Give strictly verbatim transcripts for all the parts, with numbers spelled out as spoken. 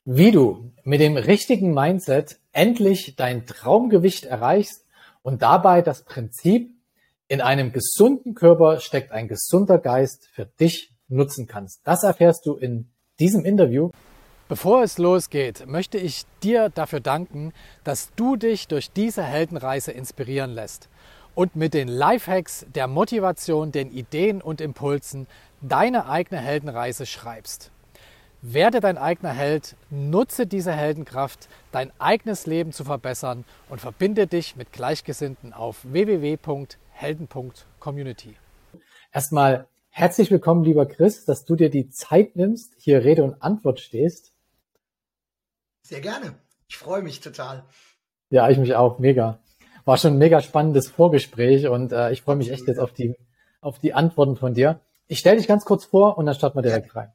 Wie du mit dem richtigen Mindset endlich dein Traumgewicht erreichst und dabei das Prinzip, in einem gesunden Körper steckt ein gesunder Geist, für dich nutzen kannst. Das erfährst du in diesem Interview. Bevor es losgeht, möchte ich dir dafür danken, dass du dich durch diese Heldenreise inspirieren lässt und mit den Lifehacks, der Motivation, den Ideen und Impulsen deine eigene Heldenreise schreibst. Werde dein eigener Held, nutze diese Heldenkraft, dein eigenes Leben zu verbessern und verbinde dich mit Gleichgesinnten auf w w w punkt helden punkt community. Erstmal herzlich willkommen, lieber Chris, dass du dir die Zeit nimmst, hier Rede und Antwort stehst. Sehr gerne. Ich freue mich total. Ja, ich mich auch. Mega. War schon ein mega spannendes Vorgespräch und äh, ich freue mich echt jetzt auf die, auf die Antworten von dir. Ich stelle dich ganz kurz vor und dann starten wir direkt ja. rein.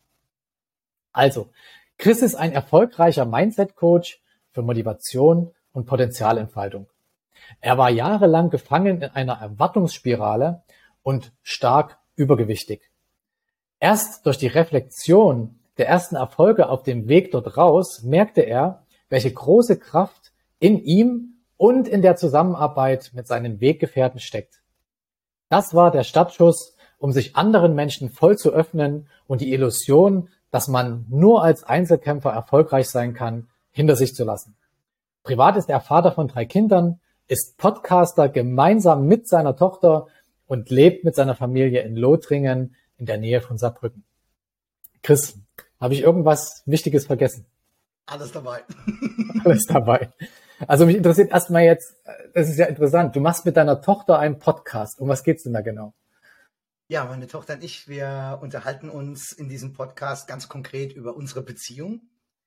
Also, Chris ist ein erfolgreicher Mindset-Coach für Motivation und Potenzialentfaltung. Er war jahrelang gefangen in einer Erwartungsspirale und stark übergewichtig. Erst durch die Reflexion der ersten Erfolge auf dem Weg dort raus merkte er, welche große Kraft in ihm und in der Zusammenarbeit mit seinen Weggefährten steckt. Das war der Startschuss, um sich anderen Menschen voll zu öffnen und die Illusion, dass man nur als Einzelkämpfer erfolgreich sein kann, hinter sich zu lassen. Privat ist er Vater von drei Kindern, ist Podcaster gemeinsam mit seiner Tochter und lebt mit seiner Familie in Lothringen in der Nähe von Saarbrücken. Chris, habe ich irgendwas Wichtiges vergessen? Alles dabei. Alles dabei. Also mich interessiert erstmal jetzt, das ist ja interessant, du machst mit deiner Tochter einen Podcast. Um was geht's denn da genau? Ja, meine Tochter und ich, wir unterhalten uns in diesem Podcast ganz konkret über unsere Beziehung,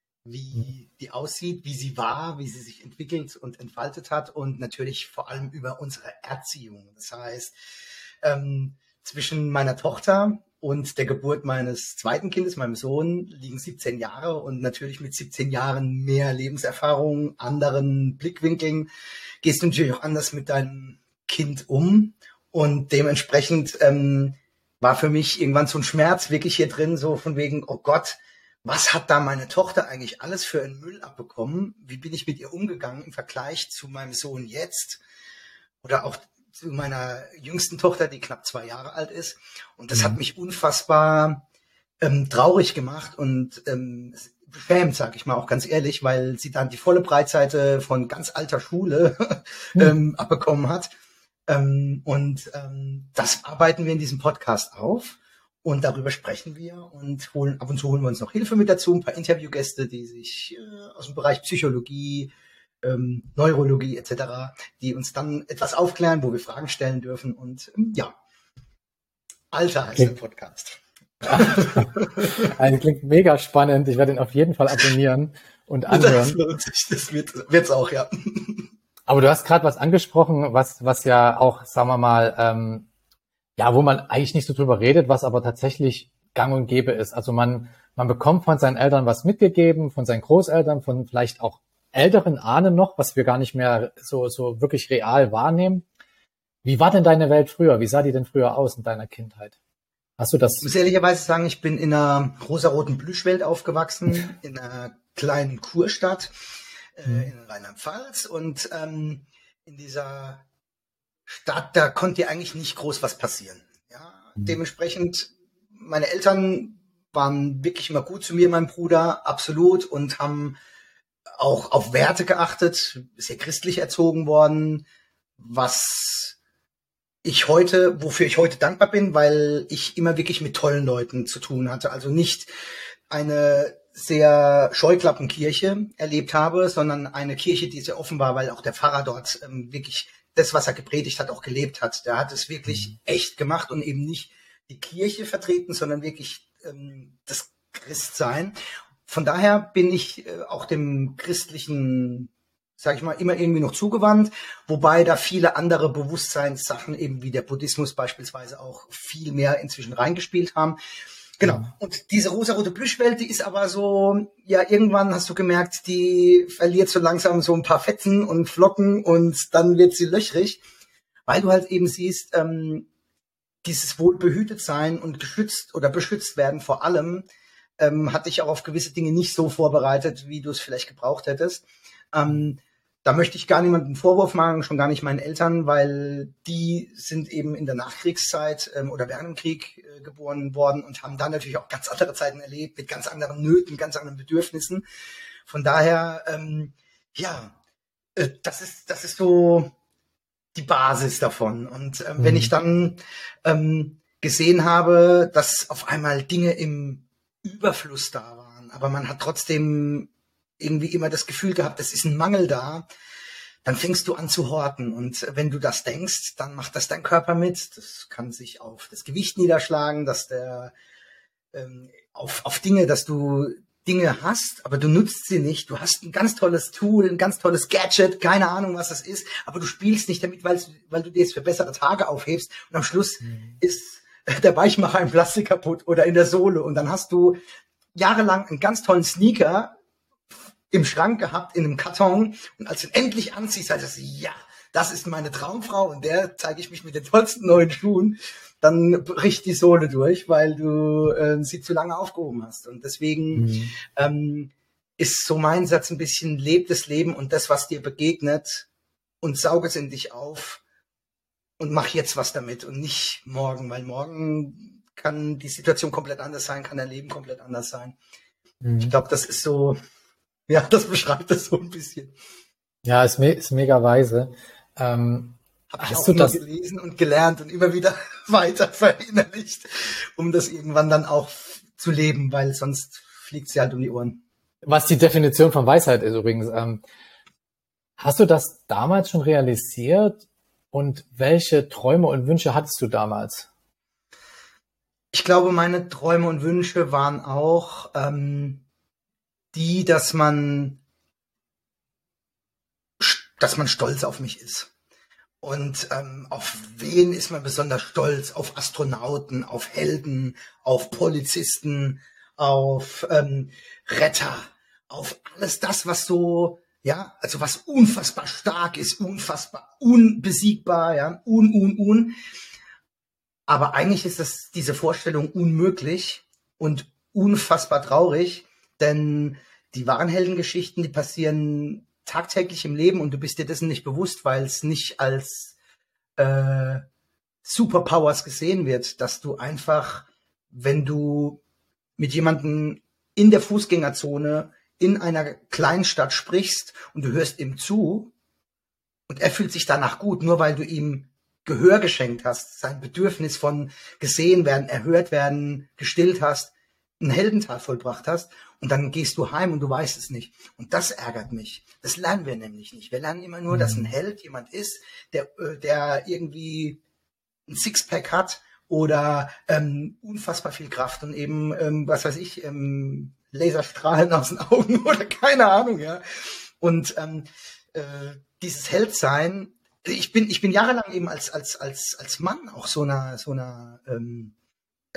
wie die aussieht, wie sie war, wie sie sich entwickelt und entfaltet hat und natürlich vor allem über unsere Erziehung. Das heißt, ähm, zwischen meiner Tochter und der Geburt meines zweiten Kindes, meinem Sohn, liegen siebzehn Jahre und natürlich mit siebzehn Jahren mehr Lebenserfahrung, anderen Blickwinkeln, gehst du natürlich auch anders mit deinem Kind um. Und dementsprechend ähm, war für mich irgendwann so ein Schmerz wirklich hier drin, so von wegen, oh Gott, was hat da meine Tochter eigentlich alles für einen Müll abbekommen? Wie bin ich mit ihr umgegangen im Vergleich zu meinem Sohn jetzt? Oder auch zu meiner jüngsten Tochter, die knapp zwei Jahre alt ist. Und das mhm. hat mich unfassbar ähm, traurig gemacht und ähm, beschämt, sag ich mal auch ganz ehrlich, weil sie dann die volle Breitseite von ganz alter Schule ähm, mhm. abbekommen hat. Ähm, und ähm, das arbeiten wir in diesem Podcast auf und darüber sprechen wir und holen ab und zu holen wir uns noch Hilfe mit dazu, ein paar Interviewgäste, die sich äh, aus dem Bereich Psychologie, ähm, Neurologie et cetera, die uns dann etwas aufklären, wo wir Fragen stellen dürfen und ähm, ja, Alter heißt klingt, der Podcast. Also klingt mega spannend. Ich werde ihn auf jeden Fall abonnieren und anhören. Das, das wird wird's auch, ja. Aber du hast gerade was angesprochen, was was ja auch, sagen wir mal, ähm, ja, wo man eigentlich nicht so drüber redet, was aber tatsächlich gang und gäbe ist. Also man man bekommt von seinen Eltern was mitgegeben, von seinen Großeltern, von vielleicht auch älteren Ahnen noch, was wir gar nicht mehr so so wirklich real wahrnehmen. Wie war denn deine Welt früher? Wie sah die denn früher aus in deiner Kindheit? Hast du das? Ich muss ehrlicherweise sagen, ich bin in einer rosaroten Plüschwelt aufgewachsen, in einer kleinen Kurstadt äh, in Rheinland-Pfalz und ähm, in dieser Stadt, da konnte ja eigentlich nicht groß was passieren. Ja, mhm. Dementsprechend, meine Eltern waren wirklich immer gut zu mir, meinem Bruder, absolut, und haben auch auf Werte geachtet, sehr christlich erzogen worden, was ich heute, wofür ich heute dankbar bin, weil ich immer wirklich mit tollen Leuten zu tun hatte. Also nicht eine sehr Scheuklappenkirche erlebt habe, sondern eine Kirche, die sehr offen war, weil auch der Pfarrer dort ähm, wirklich das, was er gepredigt hat, auch gelebt hat. Der hat es wirklich echt gemacht und eben nicht die Kirche vertreten, sondern wirklich ähm, das Christsein. Von daher bin ich äh, auch dem christlichen, sage ich mal, immer irgendwie noch zugewandt, wobei da viele andere Bewusstseinssachen, eben wie der Buddhismus beispielsweise, auch viel mehr inzwischen reingespielt haben. Genau. Mhm. Und diese rosarote Plüschwelt, die ist aber so, ja, irgendwann hast du gemerkt, die verliert so langsam so ein paar Fetzen und Flocken und dann wird sie löchrig, weil du halt eben siehst, ähm, dieses Wohlbehütet sein und geschützt oder beschützt werden vor allem ähm, hat dich auch auf gewisse Dinge nicht so vorbereitet, wie du es vielleicht gebraucht hättest. Ähm, da möchte ich gar niemandem einen Vorwurf machen, schon gar nicht meinen Eltern, weil die sind eben in der Nachkriegszeit ähm, oder während dem Krieg äh, geboren worden und haben dann natürlich auch ganz andere Zeiten erlebt, mit ganz anderen Nöten, ganz anderen Bedürfnissen. Von daher, ähm, ja, äh, das ist, das ist so die Basis davon. Und ähm, mhm. wenn ich dann ähm, gesehen habe, dass auf einmal Dinge im Überfluss da waren, aber man hat trotzdem irgendwie immer das Gefühl gehabt, es ist ein Mangel da, dann fängst du an zu horten. Und wenn du das denkst, dann macht das dein Körper mit. Das kann sich auf das Gewicht niederschlagen, dass der ähm, auf, auf Dinge, dass du Dinge hast, aber du nutzt sie nicht. Du hast ein ganz tolles Tool, ein ganz tolles Gadget, keine Ahnung, was das ist, aber du spielst nicht damit, weil, weil du dir es für bessere Tage aufhebst. Und am Schluss mhm. ist der Weichmacher im Plastik kaputt oder in der Sohle. Und dann hast du jahrelang einen ganz tollen Sneaker im Schrank gehabt, in einem Karton. Und als du ihn endlich anziehst, sagst du, ja, das ist meine Traumfrau und der zeige ich mich mit den tollsten neuen Schuhen. Dann bricht die Sohle durch, weil du äh, sie zu lange aufgehoben hast. Und deswegen mhm. ähm, ist so mein Satz ein bisschen, lebt das Leben und das, was dir begegnet, und sauge es in dich auf und mach jetzt was damit und nicht morgen, weil morgen kann die Situation komplett anders sein, kann dein Leben komplett anders sein. Mhm. Ich glaube, das ist so, ja, das beschreibt das so ein bisschen. Ja, ist, me ist mega weise. Ähm, Habe ich auch nur das gelesen und gelernt und immer wieder weiter verinnerlicht, um das irgendwann dann auch zu leben, weil sonst fliegt sie halt um die Ohren. Was die Definition von Weisheit ist übrigens. Ähm, hast du das damals schon realisiert und welche Träume und Wünsche hattest du damals? Ich glaube, meine Träume und Wünsche waren auch ähm, die, dass man, dass man stolz auf mich ist. Und ähm, auf wen ist man besonders stolz? Auf Astronauten, auf Helden, auf Polizisten, auf ähm, Retter, auf alles das, was so, ja, also was unfassbar stark ist, unfassbar unbesiegbar, ja, un, un, un. Aber eigentlich ist das diese Vorstellung unmöglich und unfassbar traurig, denn die wahren Heldengeschichten, die passieren tagtäglich im Leben und du bist dir dessen nicht bewusst, weil es nicht als äh, Superpowers gesehen wird, dass du einfach, wenn du mit jemandem in der Fußgängerzone in einer Kleinstadt sprichst und du hörst ihm zu und er fühlt sich danach gut, nur weil du ihm Gehör geschenkt hast, sein Bedürfnis von gesehen werden, erhört werden, gestillt hast, einen Heldentat vollbracht hast und dann gehst du heim und du weißt es nicht. Und das ärgert mich. Das lernen wir nämlich nicht. Wir lernen immer nur, dass ein Held jemand ist, der, der irgendwie ein Sixpack hat oder ähm, unfassbar viel Kraft und eben, ähm, was weiß ich, ähm, Laserstrahlen aus den Augen oder keine Ahnung, ja. Und ähm, äh, dieses Heldsein, ich bin, ich bin jahrelang eben als, als, als, als Mann auch so einer, so einer ähm, äh,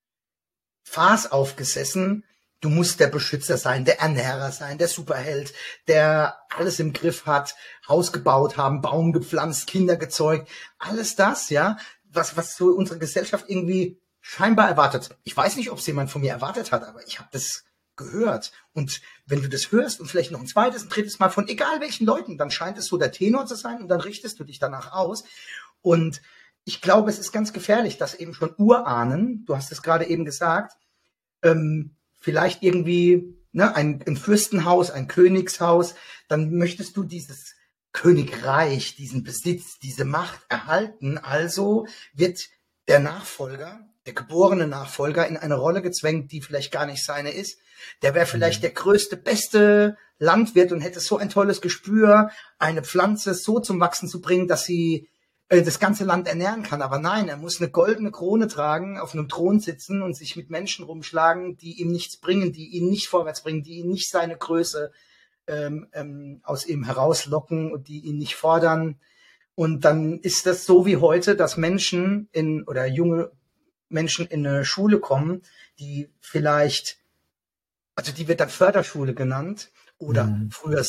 Phase aufgesessen. Du musst der Beschützer sein, der Ernährer sein, der Superheld, der alles im Griff hat, Haus gebaut haben, Baum gepflanzt, Kinder gezeugt, alles das, ja, was, was so unsere Gesellschaft irgendwie scheinbar erwartet. Ich weiß nicht, ob es jemand von mir erwartet hat, aber ich habe das gehört. Und wenn du das hörst und vielleicht noch ein zweites, ein drittes Mal von egal welchen Leuten, dann scheint es so der Tenor zu sein und dann richtest du dich danach aus. Und ich glaube, es ist ganz gefährlich, dass eben schon Urahnen, du hast es gerade eben gesagt, ähm, vielleicht irgendwie ne, ein, ein Fürstenhaus, ein Königshaus, dann möchtest du dieses Königreich, diesen Besitz, diese Macht erhalten. Also wird der Nachfolger, der geborene Nachfolger in eine Rolle gezwängt, die vielleicht gar nicht seine ist. Der wäre vielleicht der größte, beste Landwirt und hätte so ein tolles Gespür, eine Pflanze so zum Wachsen zu bringen, dass sie äh, das ganze Land ernähren kann. Aber nein, er muss eine goldene Krone tragen, auf einem Thron sitzen und sich mit Menschen rumschlagen, die ihm nichts bringen, die ihn nicht vorwärts bringen, die ihn nicht seine Größe ähm, ähm, aus ihm herauslocken und die ihn nicht fordern. Und dann ist das so wie heute, dass Menschen in oder junge Menschen in eine Schule kommen, die vielleicht, also die wird dann Förderschule genannt oder mhm. früher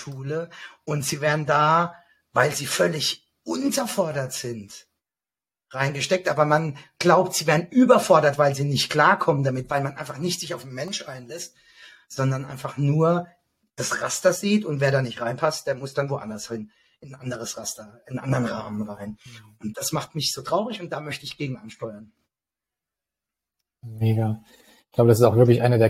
Sonderschule und sie werden da, weil sie völlig unterfordert sind, reingesteckt, aber man glaubt, sie werden überfordert, weil sie nicht klarkommen damit, weil man einfach nicht sich auf den Mensch einlässt, sondern einfach nur das Raster sieht und wer da nicht reinpasst, der muss dann woanders hin, in ein anderes Raster, in einen anderen Rahmen rein. Und das macht mich so traurig und da möchte ich gegen ansteuern. Mega. Ich glaube, das ist auch wirklich eine der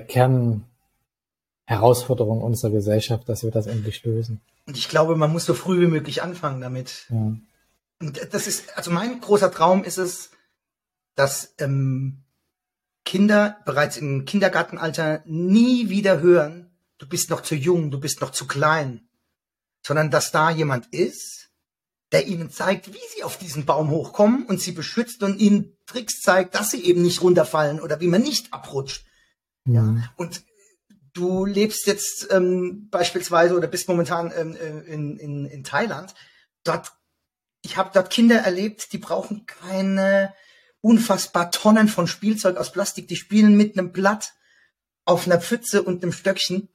Kernherausforderungen unserer Gesellschaft, dass wir das endlich lösen. Und ich glaube, man muss so früh wie möglich anfangen damit. Ja. Und das ist, also mein großer Traum ist es, dass ähm, Kinder bereits im Kindergartenalter nie wieder hören, du bist noch zu jung, du bist noch zu klein, sondern dass da jemand ist, der ihnen zeigt, wie sie auf diesen Baum hochkommen und sie beschützt und ihnen Tricks zeigt, dass sie eben nicht runterfallen oder wie man nicht abrutscht. Mhm. Ja. Und du lebst jetzt ähm, beispielsweise oder bist momentan ähm, in, in, in Thailand. Dort, ich habe dort Kinder erlebt, die brauchen keine unfassbar Tonnen von Spielzeug aus Plastik. Die spielen mit einem Blatt auf einer Pfütze und einem Stöckchen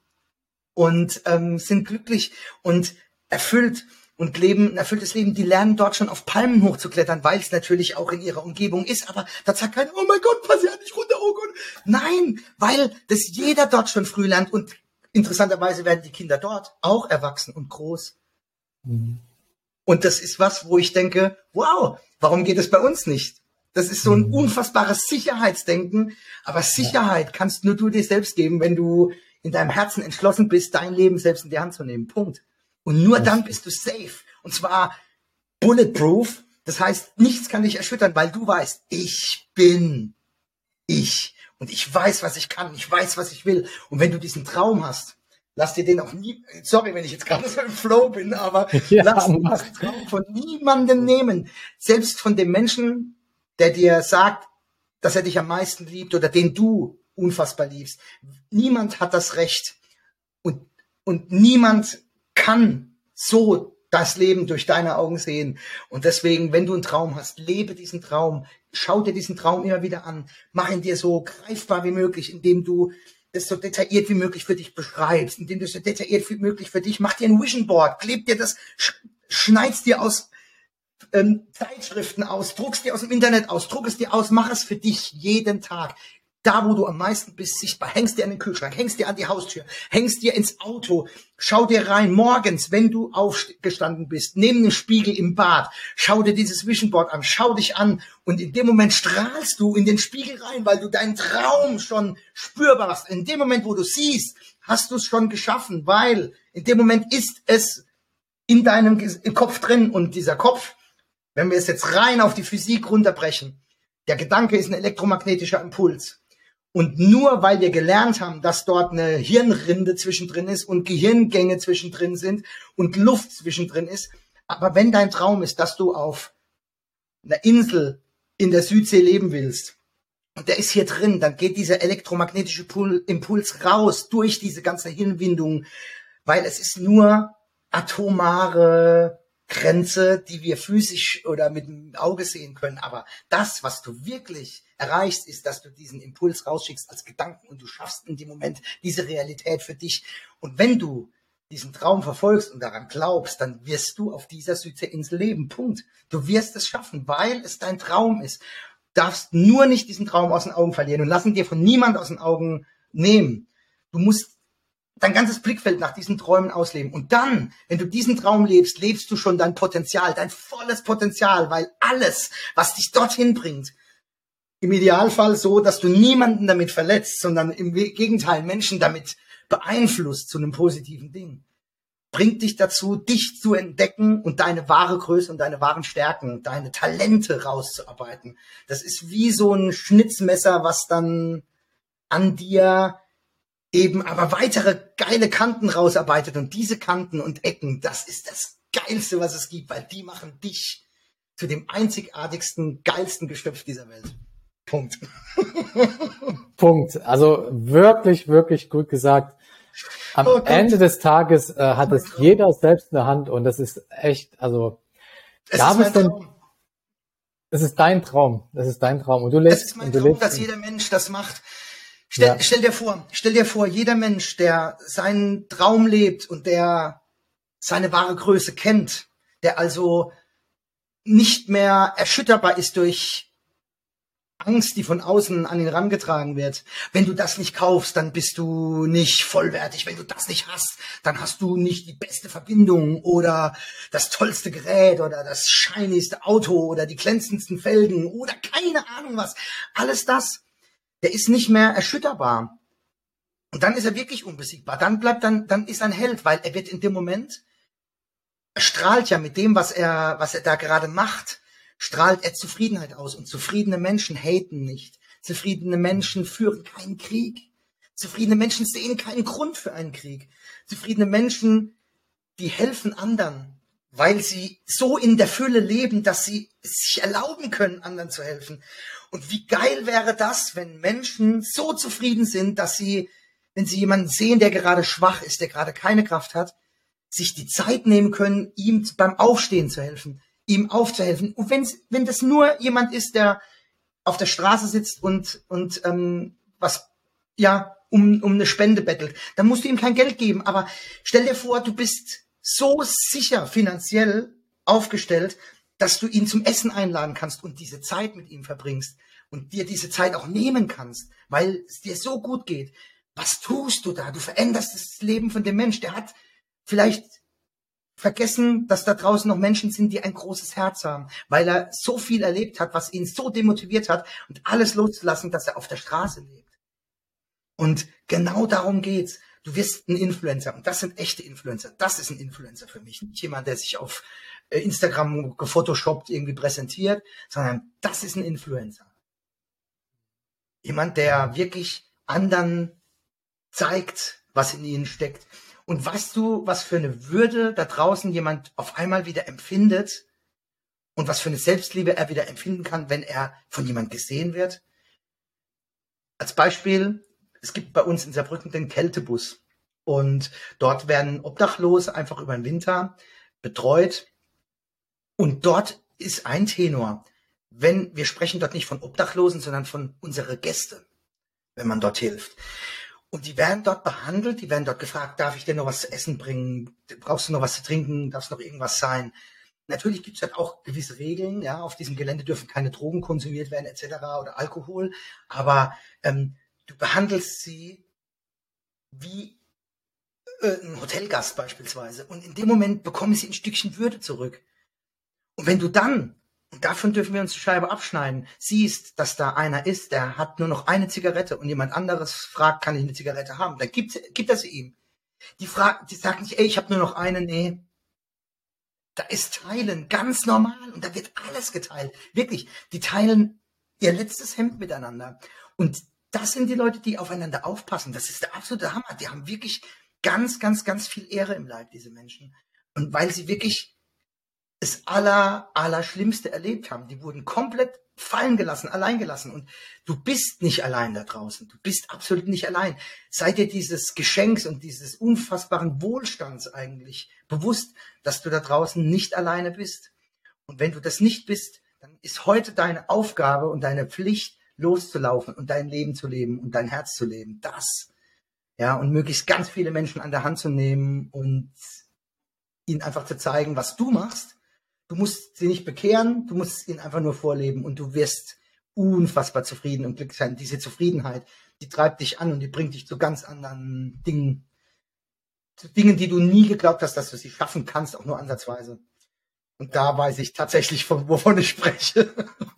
und ähm, sind glücklich und erfüllt und leben ein erfülltes Leben. Die lernen dort schon auf Palmen hochzuklettern, weil es natürlich auch in ihrer Umgebung ist. Aber da sagt keiner, oh mein Gott, pass ja nicht runter, oh Gott. Nein, weil das jeder dort schon früh lernt. Und interessanterweise werden die Kinder dort auch erwachsen und groß. Mhm. Und das ist was, wo ich denke, wow, warum geht es bei uns nicht? Das ist so ein unfassbares Sicherheitsdenken. Aber Sicherheit kannst nur du dir selbst geben, wenn du in deinem Herzen entschlossen bist, dein Leben selbst in die Hand zu nehmen. Punkt. Und nur dann bist du safe. Und zwar bulletproof. Das heißt, nichts kann dich erschüttern, weil du weißt, ich bin ich. Und ich weiß, was ich kann. Ich weiß, was ich will. Und wenn du diesen Traum hast, lass dir den auch nie, sorry, wenn ich jetzt gerade so im Flow bin, aber ja, lass dir diesen Traum von niemandem nehmen. Selbst von dem Menschen, der dir sagt, dass er dich am meisten liebt oder den du unfassbar liebst. Niemand hat das Recht. Und, und niemand kann so das Leben durch deine Augen sehen. Und deswegen, wenn du einen Traum hast, lebe diesen Traum. Schau dir diesen Traum immer wieder an. Mach ihn dir so greifbar wie möglich, indem du das so detailliert wie möglich für dich beschreibst, indem du es so detailliert wie möglich für dich, mach dir ein Vision Board, kleb dir das, schneid's dir aus ähm, Zeitschriften aus, druckst dir aus dem Internet aus, druck es dir aus, mach es für dich jeden Tag. Da, wo du am meisten bist, sichtbar. Hängst dir an den Kühlschrank, hängst dir an die Haustür, hängst dir ins Auto, schau dir rein. Morgens, wenn du aufgestanden bist, neben dem Spiegel im Bad, schau dir dieses Vision Board an, schau dich an und in dem Moment strahlst du in den Spiegel rein, weil du deinen Traum schon spürbar hast. In dem Moment, wo du siehst, hast du es schon geschaffen, weil in dem Moment ist es in deinem Kopf drin und dieser Kopf, wenn wir es jetzt rein auf die Physik runterbrechen, der Gedanke ist ein elektromagnetischer Impuls. Und nur weil wir gelernt haben, dass dort eine Hirnrinde zwischendrin ist und Gehirngänge zwischendrin sind und Luft zwischendrin ist, aber wenn dein Traum ist, dass du auf einer Insel in der Südsee leben willst und der ist hier drin, dann geht dieser elektromagnetische Impuls raus durch diese ganze Hirnwindung, weil es ist nur atomare Grenze, die wir physisch oder mit dem Auge sehen können. Aber das, was du wirklich erreichst, ist, dass du diesen Impuls rausschickst als Gedanken und du schaffst in dem Moment diese Realität für dich. Und wenn du diesen Traum verfolgst und daran glaubst, dann wirst du auf dieser Südseeinsel leben. Punkt. Du wirst es schaffen, weil es dein Traum ist. Du darfst nur nicht diesen Traum aus den Augen verlieren und lassen dir von niemand aus den Augen nehmen. Du musst dein ganzes Blickfeld nach diesen Träumen ausleben. Und dann, wenn du diesen Traum lebst, lebst du schon dein Potenzial, dein volles Potenzial, weil alles, was dich dorthin bringt, im Idealfall so, dass du niemanden damit verletzt, sondern im Gegenteil Menschen damit beeinflusst zu einem positiven Ding, bringt dich dazu, dich zu entdecken und deine wahre Größe und deine wahren Stärken, deine Talente rauszuarbeiten. Das ist wie so ein Schnitzmesser, was dann an dir eben aber weitere geile Kanten rausarbeitet. Und diese Kanten und Ecken, das ist das Geilste, was es gibt, weil die machen dich zu dem einzigartigsten, geilsten Geschöpf dieser Welt. Punkt. Punkt. Also wirklich, wirklich gut gesagt. Am oh Ende des Tages äh, hat es jeder selbst in der Hand und das ist echt, also es ist mein denn, Traum. Das ist dein Traum. Das ist dein Traum. Und du lebst, es ist mein und du Traum, lebst dass jeder Mensch das macht. Stell, ja. stell dir vor, stell dir vor, jeder Mensch, der seinen Traum lebt und der seine wahre Größe kennt, der also nicht mehr erschütterbar ist durch Angst, die von außen an ihn herangetragen wird. Wenn du das nicht kaufst, dann bist du nicht vollwertig. Wenn du das nicht hast, dann hast du nicht die beste Verbindung oder das tollste Gerät oder das shinieste Auto oder die glänzendsten Felgen oder keine Ahnung was. Alles das, der ist nicht mehr erschütterbar. Und dann ist er wirklich unbesiegbar. Dann bleibt dann, dann ist er ein Held, weil er wird in dem Moment, er strahlt ja mit dem, was er, was er da gerade macht, strahlt er Zufriedenheit aus. Und zufriedene Menschen haten nicht. Zufriedene Menschen führen keinen Krieg. Zufriedene Menschen sehen keinen Grund für einen Krieg. Zufriedene Menschen, die helfen anderen, weil sie so in der Fülle leben, dass sie es sich erlauben können, anderen zu helfen. Und wie geil wäre das, wenn Menschen so zufrieden sind, dass sie, wenn sie jemanden sehen, der gerade schwach ist, der gerade keine Kraft hat, sich die Zeit nehmen können, ihm beim Aufstehen zu helfen, ihm aufzuhelfen. Und wenn wenn das nur jemand ist, der auf der Straße sitzt und und ähm, was ja um um eine Spende bettelt, dann musst du ihm kein Geld geben. Aber stell dir vor, du bist so sicher finanziell aufgestellt, dass du ihn zum Essen einladen kannst und diese Zeit mit ihm verbringst und dir diese Zeit auch nehmen kannst, weil es dir so gut geht. Was tust du da? Du veränderst das Leben von dem Mensch. Der hat vielleicht vergessen, dass da draußen noch Menschen sind, die ein großes Herz haben, weil er so viel erlebt hat, was ihn so demotiviert hat und alles loszulassen, dass er auf der Straße lebt. Und genau darum geht's. Du wirst ein Influencer und das sind echte Influencer. Das ist ein Influencer für mich. Nicht jemand, der sich auf Instagram gefotoshoppt irgendwie präsentiert, sondern das ist ein Influencer. Jemand, der wirklich anderen zeigt, was in ihnen steckt. Und weißt du, was für eine Würde da draußen jemand auf einmal wieder empfindet und was für eine Selbstliebe er wieder empfinden kann, wenn er von jemand gesehen wird? Als Beispiel, es gibt bei uns in Saarbrücken den Kältebus und dort werden Obdachlose einfach über den Winter betreut und dort ist ein Tenor. Wenn wir sprechen dort nicht von Obdachlosen, sondern von unseren Gästen, wenn man dort hilft. Und die werden dort behandelt, die werden dort gefragt, darf ich dir noch was zu essen bringen? Brauchst du noch was zu trinken? Darf es noch irgendwas sein? Natürlich gibt es halt auch gewisse Regeln, ja, auf diesem Gelände dürfen keine Drogen konsumiert werden, et cetera oder Alkohol, aber ähm, du behandelst sie wie äh, ein Hotelgast beispielsweise und in dem Moment bekommen sie ein Stückchen Würde zurück. Und wenn du dann, und davon dürfen wir uns die Scheibe abschneiden, siehst, dass da einer ist, der hat nur noch eine Zigarette und jemand anderes fragt, kann ich eine Zigarette haben? Dann gibt, gibt er sie ihm. Die fragt, die sagt nicht, ey, ich habe nur noch eine, nee. Da ist Teilen ganz normal und da wird alles geteilt. Wirklich, die teilen ihr letztes Hemd miteinander. Und das sind die Leute, die aufeinander aufpassen. Das ist der absolute Hammer. Die haben wirklich ganz, ganz, ganz viel Ehre im Leib, diese Menschen. Und weil sie wirklich das aller, aller Schlimmste erlebt haben. Die wurden komplett fallen gelassen, allein gelassen. Und du bist nicht allein da draußen. Du bist absolut nicht allein. Sei dir dieses Geschenks und dieses unfassbaren Wohlstands eigentlich bewusst, dass du da draußen nicht alleine bist. Und wenn du das nicht bist, dann ist heute deine Aufgabe und deine Pflicht, loszulaufen und dein Leben zu leben und dein Herz zu leben. Das. Ja, und möglichst ganz viele Menschen an der Hand zu nehmen und ihnen einfach zu zeigen, was du machst. Du musst sie nicht bekehren, du musst ihnen einfach nur vorleben und du wirst unfassbar zufrieden und glücklich sein. Diese Zufriedenheit, die treibt dich an und die bringt dich zu ganz anderen Dingen. Zu Dingen, die du nie geglaubt hast, dass du sie schaffen kannst, auch nur ansatzweise. Und da weiß ich tatsächlich, von wovon ich spreche.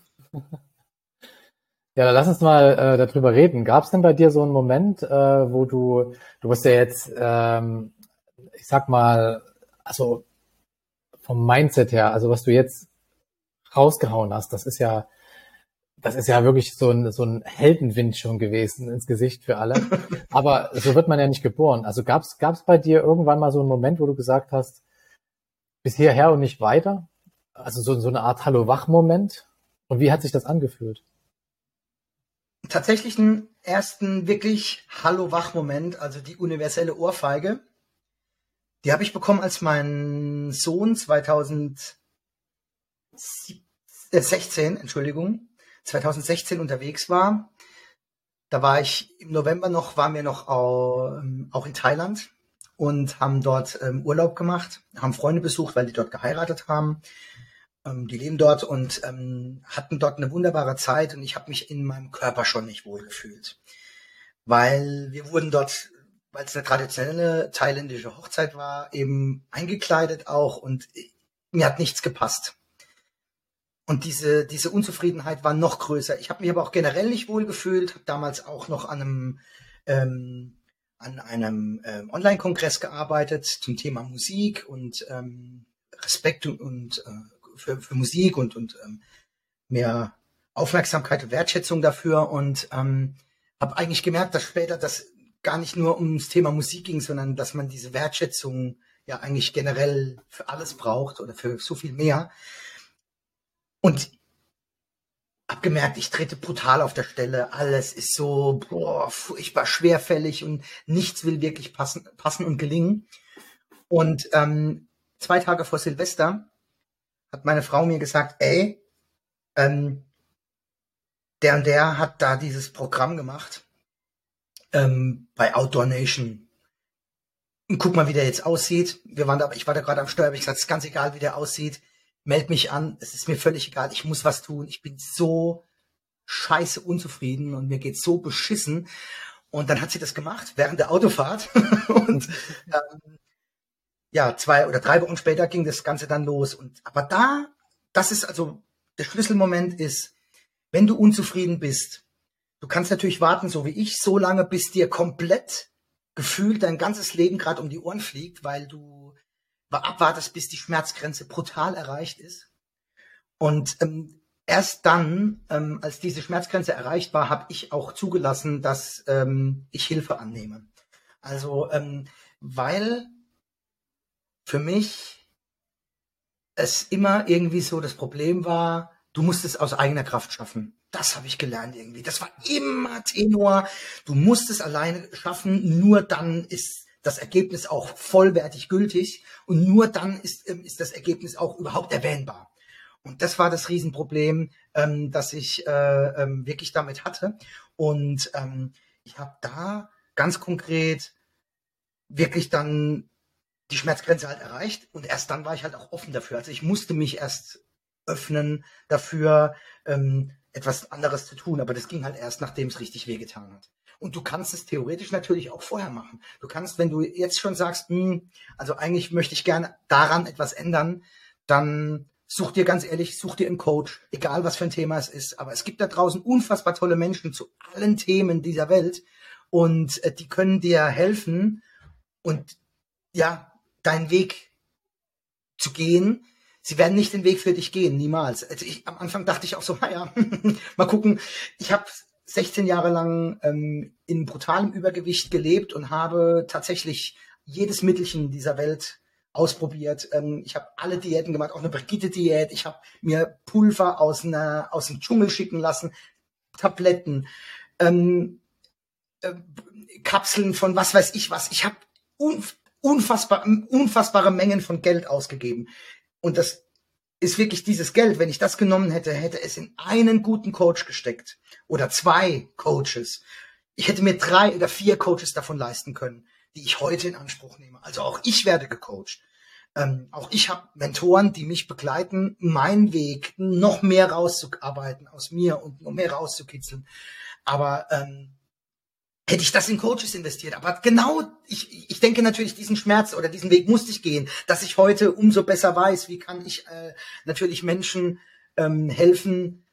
Ja, dann lass uns mal äh, darüber reden. Gab es denn bei dir so einen Moment, äh, wo du, du bist ja jetzt, ähm, ich sag mal, also vom Mindset her, also was du jetzt rausgehauen hast, das ist ja, das ist ja wirklich so ein, so ein Heldenwind schon gewesen ins Gesicht für alle. Aber so wird man ja nicht geboren. Also gab's, gab's bei dir irgendwann mal so einen Moment, wo du gesagt hast, bis hierher und nicht weiter? Also so, so eine Art Hallo-Wach-Moment? Und wie hat sich das angefühlt? Tatsächlich einen ersten wirklich Hallo-Wach-Moment, also die universelle Ohrfeige. Die habe ich bekommen, als mein Sohn zweitausendsechzehn, Entschuldigung, zweitausendsechzehn unterwegs war. Da war ich im November noch, waren wir noch auch in Thailand und haben dort Urlaub gemacht, haben Freunde besucht, weil die dort geheiratet haben. Ähm, die leben dort und ähm, hatten dort eine wunderbare Zeit und ich habe mich in meinem Körper schon nicht wohl gefühlt. Weil wir wurden dort, weil es eine traditionelle thailändische Hochzeit war, eben eingekleidet auch und mir hat nichts gepasst. Und diese diese Unzufriedenheit war noch größer. Ich habe mich aber auch generell nicht wohl gefühlt, habe damals auch noch an einem ähm, an einem ähm, Online-Kongress gearbeitet zum Thema Musik und ähm, Respekt und, und äh, für, für Musik und und ähm, mehr Aufmerksamkeit und Wertschätzung dafür und ähm, habe eigentlich gemerkt, dass später das gar nicht nur ums Thema Musik ging, sondern dass man diese Wertschätzung ja eigentlich generell für alles braucht oder für so viel mehr. Und hab gemerkt, ich trete brutal auf der Stelle. Alles ist so boah, furchtbar schwerfällig und nichts will wirklich passen, passen und gelingen. Und ähm, zwei Tage vor Silvester hat meine Frau mir gesagt, ey, ähm, der und der hat da dieses Programm gemacht ähm, bei Outdoor Nation. Und guck mal, wie der jetzt aussieht. Wir waren da, ich war da gerade am Steuer, habe ich gesagt, es ist ganz egal, wie der aussieht. Meld mich an, es ist mir völlig egal, ich muss was tun. Ich bin so scheiße unzufrieden und mir geht's so beschissen. Und dann hat sie das gemacht während der Autofahrt. und ähm, ja, zwei oder drei Wochen später ging das Ganze dann los. Und aber da, das ist also der Schlüsselmoment ist, wenn du unzufrieden bist, du kannst natürlich warten, so wie ich, so lange, bis dir komplett gefühlt dein ganzes Leben gerade um die Ohren fliegt, weil du abwartest, bis die Schmerzgrenze brutal erreicht ist. Und ähm, erst dann, ähm, als diese Schmerzgrenze erreicht war, habe ich auch zugelassen, dass ähm, ich Hilfe annehme. Also, ähm, weil für mich es immer irgendwie so das Problem war, du musst es aus eigener Kraft schaffen. Das habe ich gelernt irgendwie. Das war immer Tenor. Du musst es alleine schaffen, nur dann ist das Ergebnis auch vollwertig gültig und nur dann ist, ähm, ist das Ergebnis auch überhaupt erwähnbar. Und das war das Riesenproblem, ähm, das ich äh, ähm, wirklich damit hatte. Und ähm, ich habe da ganz konkret wirklich dann die Schmerzgrenze halt erreicht und erst dann war ich halt auch offen dafür. Also ich musste mich erst öffnen dafür, ähm, etwas anderes zu tun, aber das ging halt erst, nachdem es richtig wehgetan hat. Und du kannst es theoretisch natürlich auch vorher machen. Du kannst, wenn du jetzt schon sagst, hm, also eigentlich möchte ich gerne daran etwas ändern, dann such dir ganz ehrlich, such dir einen Coach, egal was für ein Thema es ist. Aber es gibt da draußen unfassbar tolle Menschen zu allen Themen dieser Welt und äh, die können dir helfen und ja, deinen Weg zu gehen. Sie werden nicht den Weg für dich gehen, niemals. Also ich, am Anfang dachte ich auch so, naja, mal gucken. Ich habe sechzehn Jahre lang ähm, in brutalem Übergewicht gelebt und habe tatsächlich jedes Mittelchen dieser Welt ausprobiert. Ähm, ich habe alle Diäten gemacht, auch eine Brigitte-Diät. Ich habe mir Pulver aus, einer, aus dem Dschungel schicken lassen, Tabletten, ähm, äh, Kapseln von was weiß ich was. Ich habe unf- unfassbar, unfassbare Mengen von Geld ausgegeben. Und das ist wirklich dieses Geld, wenn ich das genommen hätte, hätte es in einen guten Coach gesteckt oder zwei Coaches. Ich hätte mir drei oder vier Coaches davon leisten können, die ich heute in Anspruch nehme. Also auch ich werde gecoacht. Ähm, auch ich habe Mentoren, die mich begleiten, meinen Weg noch mehr rauszuarbeiten aus mir und noch mehr rauszukitzeln. Aber ähm, hätte ich das in Coaches investiert. Aber genau, ich, ich denke natürlich, diesen Schmerz oder diesen Weg musste ich gehen, dass ich heute umso besser weiß, wie kann ich äh, natürlich Menschen ähm, helfen,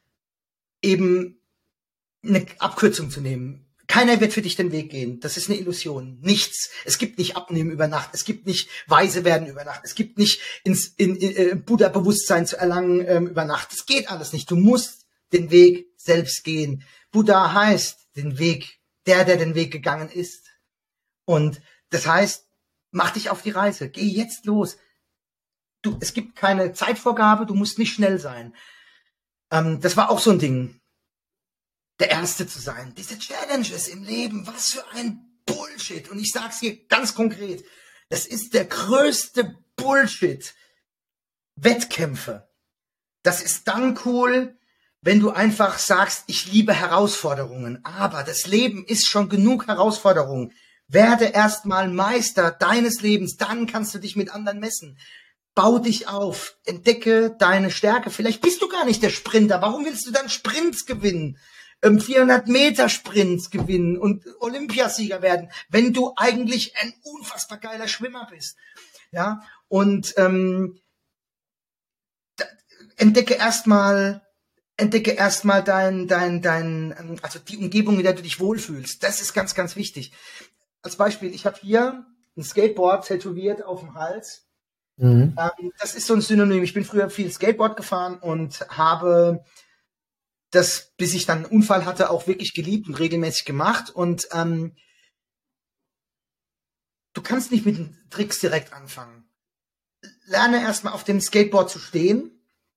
eben eine Abkürzung zu nehmen. Keiner wird für dich den Weg gehen. Das ist eine Illusion. Nichts. Es gibt nicht Abnehmen über Nacht. Es gibt nicht weise werden über Nacht. Es gibt nicht ins in, in, in Buddha-Bewusstsein zu erlangen ähm, über Nacht. Das geht alles nicht. Du musst den Weg selbst gehen. Buddha heißt den Weg, der, der den Weg gegangen ist. Und das heißt, mach dich auf die Reise. Geh jetzt los. Du, es gibt keine Zeitvorgabe. Du musst nicht schnell sein. Ähm, das war auch so ein Ding. Der Erste zu sein. Diese Challenges im Leben, was für ein Bullshit. Und ich sag's hier ganz konkret. Das ist der größte Bullshit. Wettkämpfe. Das ist dann cool, wenn du einfach sagst, ich liebe Herausforderungen. Aber das Leben ist schon genug Herausforderungen. Werde erstmal Meister deines Lebens, dann kannst du dich mit anderen messen. Bau dich auf, entdecke deine Stärke. Vielleicht bist du gar nicht der Sprinter. Warum willst du dann Sprints gewinnen? Ähm, vierhundert Meter Sprints gewinnen und Olympiasieger werden, wenn du eigentlich ein unfassbar geiler Schwimmer bist. Ja, und ähm, da, entdecke erstmal, entdecke erstmal dein, dein, dein, also die Umgebung, in der du dich wohlfühlst. Das ist ganz, ganz wichtig. Als Beispiel, ich habe hier ein Skateboard tätowiert auf dem Hals. Mhm. Ähm, das ist so ein Synonym. Ich bin früher viel Skateboard gefahren und habe das, bis ich dann einen Unfall hatte, auch wirklich geliebt und regelmäßig gemacht. Und ähm, du kannst nicht mit den Tricks direkt anfangen. Lerne erstmal auf dem Skateboard zu stehen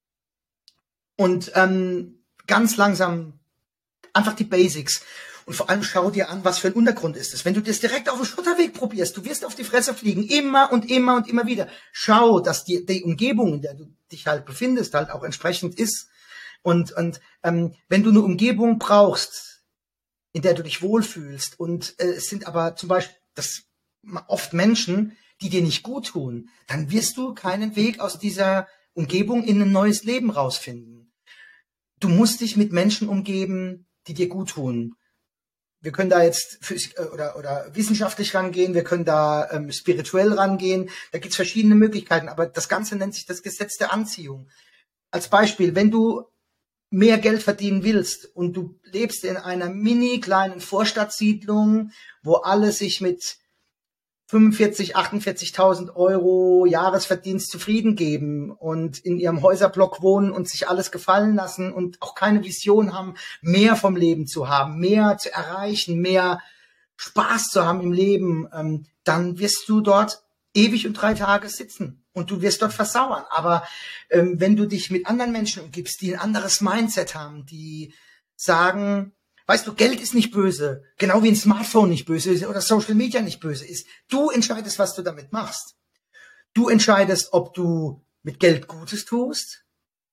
und ähm, ganz langsam einfach die Basics. Und vor allem schau dir an, was für ein Untergrund ist es. Wenn du das direkt auf dem Schotterweg probierst, du wirst auf die Fresse fliegen, immer und immer und immer wieder. Schau, dass die, die Umgebung, in der du dich halt befindest, halt auch entsprechend ist. Und, und ähm, wenn du eine Umgebung brauchst, in der du dich wohlfühlst, und äh, es sind aber zum Beispiel das oft Menschen, die dir nicht gut tun, dann wirst du keinen Weg aus dieser Umgebung in ein neues Leben rausfinden. Du musst dich mit Menschen umgeben, die dir gut tun. Wir können da jetzt physik- oder, oder wissenschaftlich rangehen, wir können da ähm, spirituell rangehen, da gibt's verschiedene Möglichkeiten, aber das Ganze nennt sich das Gesetz der Anziehung. Als Beispiel, wenn du mehr Geld verdienen willst und du lebst in einer mini kleinen Vorstadtsiedlung, wo alle sich mit fünfundvierzig, achtundvierzigtausend Euro Jahresverdienst zufrieden geben und in ihrem Häuserblock wohnen und sich alles gefallen lassen und auch keine Vision haben, mehr vom Leben zu haben, mehr zu erreichen, mehr Spaß zu haben im Leben, ähm, dann wirst du dort ewig und drei Tage sitzen und du wirst dort versauern. Aber ähm, wenn du dich mit anderen Menschen umgibst, die ein anderes Mindset haben, die sagen, weißt du, Geld ist nicht böse, genau wie ein Smartphone nicht böse ist oder Social Media nicht böse ist. Du entscheidest, was du damit machst. Du entscheidest, ob du mit Geld Gutes tust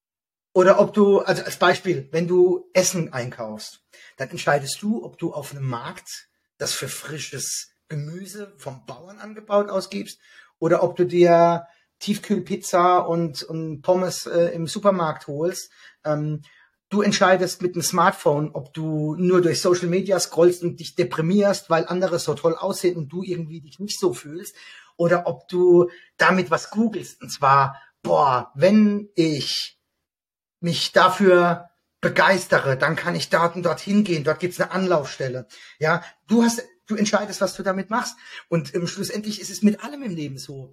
oder ob du, also als Beispiel, wenn du Essen einkaufst, dann entscheidest du, ob du auf einem Markt das für frisches Gemüse vom Bauern angebaut ausgibst oder ob du dir Tiefkühlpizza und, und Pommes äh, im Supermarkt holst. Ähm, Du entscheidest mit dem Smartphone, ob du nur durch Social Media scrollst und dich deprimierst, weil andere so toll aussehen und du irgendwie dich nicht so fühlst, oder ob du damit was googelst. Und zwar, boah, wenn ich mich dafür begeistere, dann kann ich dort und dorthin gehen. Dort gibt's eine Anlaufstelle. Ja, du hast, du entscheidest, was du damit machst. Und ähm, schlussendlich ist es mit allem im Leben so.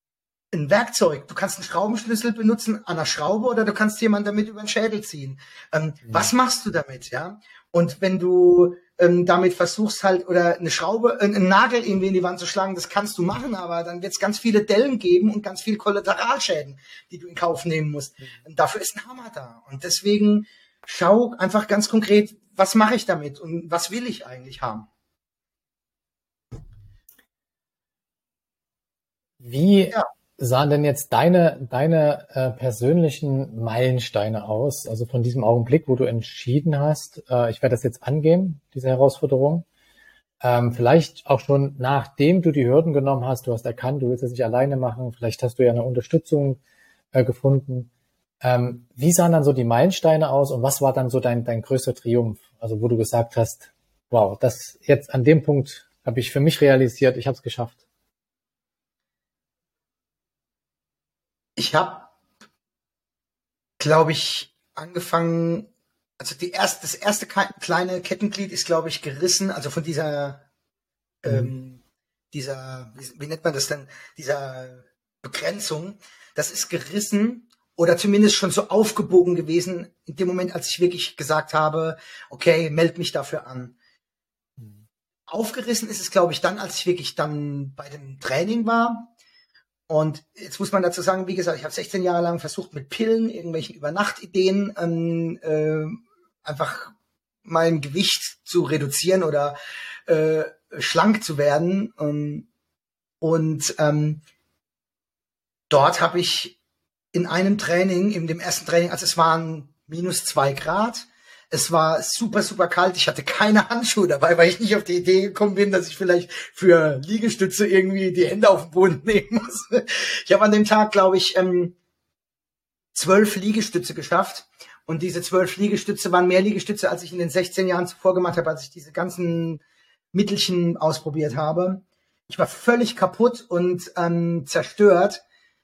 Ein Werkzeug. Du kannst einen Schraubenschlüssel benutzen an einer Schraube oder du kannst jemanden damit über den Schädel ziehen. Ähm, ja. Was machst du damit, ja? Und wenn du ähm, damit versuchst halt oder eine Schraube, äh, einen Nagel irgendwie in die Wand zu schlagen, das kannst du machen, aber dann wird es ganz viele Dellen geben und ganz viel Kollateralschäden, die du in Kauf nehmen musst. Mhm. Und dafür ist ein Hammer da. Und deswegen schau einfach ganz konkret, was mache ich damit und was will ich eigentlich haben? Wie ja. sahen denn jetzt deine, deine äh, persönlichen Meilensteine aus? Also von diesem Augenblick, wo du entschieden hast, äh, ich werde das jetzt angehen, diese Herausforderung. Ähm, vielleicht auch schon nachdem du die Hürden genommen hast, du hast erkannt, du willst es nicht alleine machen, vielleicht hast du ja eine Unterstützung äh, gefunden. Ähm, wie sahen dann so die Meilensteine aus und was war dann so dein, dein größter Triumph? Also wo du gesagt hast, wow, das jetzt an dem Punkt habe ich für mich realisiert, ich habe es geschafft. Ich habe, glaube ich, angefangen, also die erste, das erste kleine Kettenglied ist, glaube ich, gerissen, also von dieser, mhm. ähm, dieser, wie, wie nennt man das denn, dieser Begrenzung, das ist gerissen oder zumindest schon so aufgebogen gewesen in dem Moment, als ich wirklich gesagt habe, okay, meld mich dafür an. Mhm. Aufgerissen ist es, glaube ich, dann, als ich wirklich dann bei dem Training war. Und jetzt muss man dazu sagen, wie gesagt, ich habe sechzehn Jahre lang versucht, mit Pillen, irgendwelchen Übernachtideen ähm, äh, einfach mein Gewicht zu reduzieren oder äh, schlank zu werden. Ähm, und ähm, dort habe ich in einem Training, in dem ersten Training, also es waren minus zwei Grad, Es war super, super kalt. Ich hatte keine Handschuhe dabei, weil ich nicht auf die Idee gekommen bin, dass ich vielleicht für Liegestütze irgendwie die Hände auf den Boden nehmen muss. Ich habe an dem Tag, glaube ich, ähm, zwölf Liegestütze geschafft. Und diese zwölf Liegestütze waren mehr Liegestütze, als ich in den sechzehn Jahren zuvor gemacht habe, als ich diese ganzen Mittelchen ausprobiert habe. Ich war völlig kaputt und ähm, zerstört.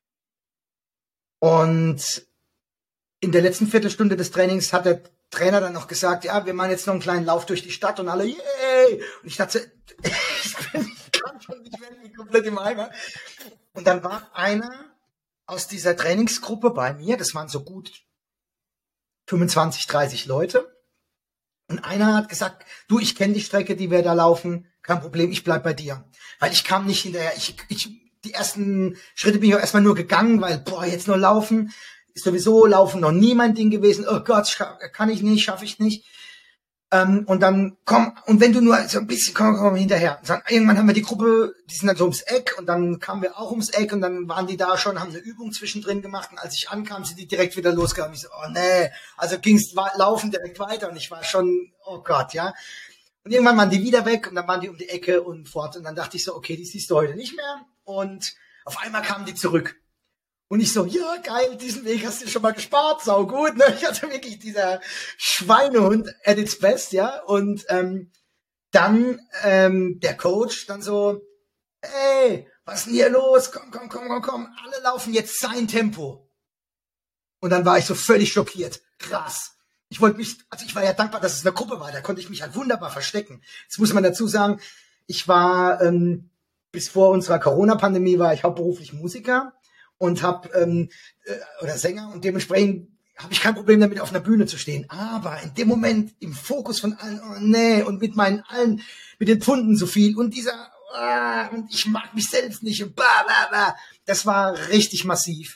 Und in der letzten Viertelstunde des Trainings hat der Trainer dann noch gesagt, ja, wir machen jetzt noch einen kleinen Lauf durch die Stadt und alle, yay! Und ich dachte, ich bin schon nicht mehr komplett im Eimer. Und dann war einer aus dieser Trainingsgruppe bei mir, das waren so gut fünfundzwanzig, dreißig Leute. Und einer hat gesagt, du, ich kenne die Strecke, die wir da laufen, kein Problem, ich bleib bei dir. Weil ich kam nicht hinterher, ich, ich, die ersten Schritte bin ich auch erstmal nur gegangen, weil, boah, jetzt nur laufen, ist sowieso laufen noch nie mein Ding gewesen, oh Gott, kann ich nicht, schaffe ich nicht. Ähm, und dann komm, und wenn du nur so ein bisschen, komm, komm hinterher. Und dann, irgendwann haben wir die Gruppe, die sind dann so ums Eck und dann kamen wir auch ums Eck und dann waren die da schon, haben eine Übung zwischendrin gemacht und als ich ankam, sind die direkt wieder losgegangen. Ich so, oh nee, also ging's laufen direkt weiter und ich war schon, oh Gott, ja. Und irgendwann waren die wieder weg und dann waren die um die Ecke und fort und dann dachte ich so, okay, die siehst du heute nicht mehr und auf einmal kamen die zurück. Und ich so, ja, geil, diesen Weg hast du schon mal gespart, sau gut, ne? Ich hatte wirklich dieser Schweinehund at its best, ja. Und ähm, dann ähm, der Coach dann so, ey, was ist denn hier los? Komm, komm, komm, komm, komm, alle laufen jetzt sein Tempo. Und dann war ich so völlig schockiert. Krass. Ich wollte mich, also ich war ja dankbar, dass es eine Gruppe war, da konnte ich mich halt wunderbar verstecken. Jetzt muss man dazu sagen, ich war, ähm, bis vor unserer Corona-Pandemie war ich hauptberuflich Musiker. Und habe ähm, äh, oder Sänger und dementsprechend habe ich kein Problem damit, auf einer Bühne zu stehen. Aber in dem Moment im Fokus von allen, oh nee, und mit meinen allen, mit den Pfunden so viel und dieser, ah, und ich mag mich selbst nicht und bla bla bla, das war richtig massiv.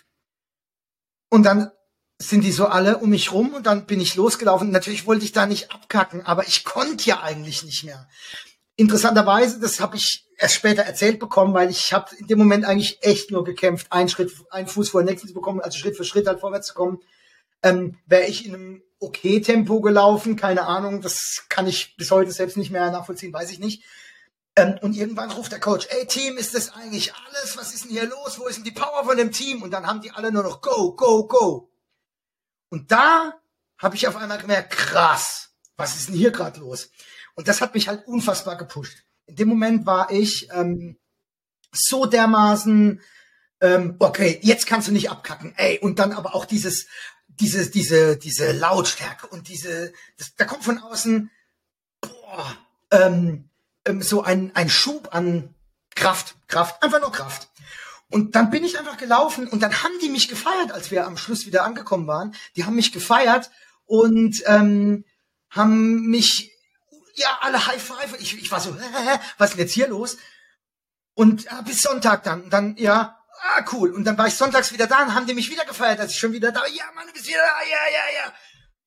Und dann sind die so alle um mich rum und dann bin ich losgelaufen. Natürlich wollte ich da nicht abkacken, aber ich konnte ja eigentlich nicht mehr. Interessanterweise, das habe ich erst später erzählt bekommen, weil ich habe in dem Moment eigentlich echt nur gekämpft, einen Schritt, einen Fuß vor den nächsten zu bekommen, also Schritt für Schritt halt vorwärts zu kommen. Ähm, wäre ich in einem okay Tempo gelaufen, keine Ahnung, das kann ich bis heute selbst nicht mehr nachvollziehen, weiß ich nicht. Ähm, und irgendwann ruft der Coach, ey Team, ist das eigentlich alles? Was ist denn hier los? Wo ist denn die Power von dem Team? Und dann haben die alle nur noch go, go, go. Und da habe ich auf einmal gemerkt, krass, was ist denn hier gerade los? Und das hat mich halt unfassbar gepusht. In dem Moment war ich ähm, so dermaßen, ähm, okay, jetzt kannst du nicht abkacken, ey. Und dann aber auch dieses, diese, diese, diese Lautstärke und diese, das, da kommt von außen, boah, ähm, ähm, so ein, ein Schub an Kraft, Kraft, einfach nur Kraft. Und dann bin ich einfach gelaufen und dann haben die mich gefeiert, als wir am Schluss wieder angekommen waren. Die haben mich gefeiert und ähm, haben mich ja, alle High Five. Ich, ich war so, hä, was ist denn jetzt hier los? Und ja, bis Sonntag dann. Dann, ja, ah, cool. Und dann war ich sonntags wieder da und haben die mich wieder gefeiert, dass ich schon wieder da war. Ja, Mann, du bist wieder da. Ja, ja, ja.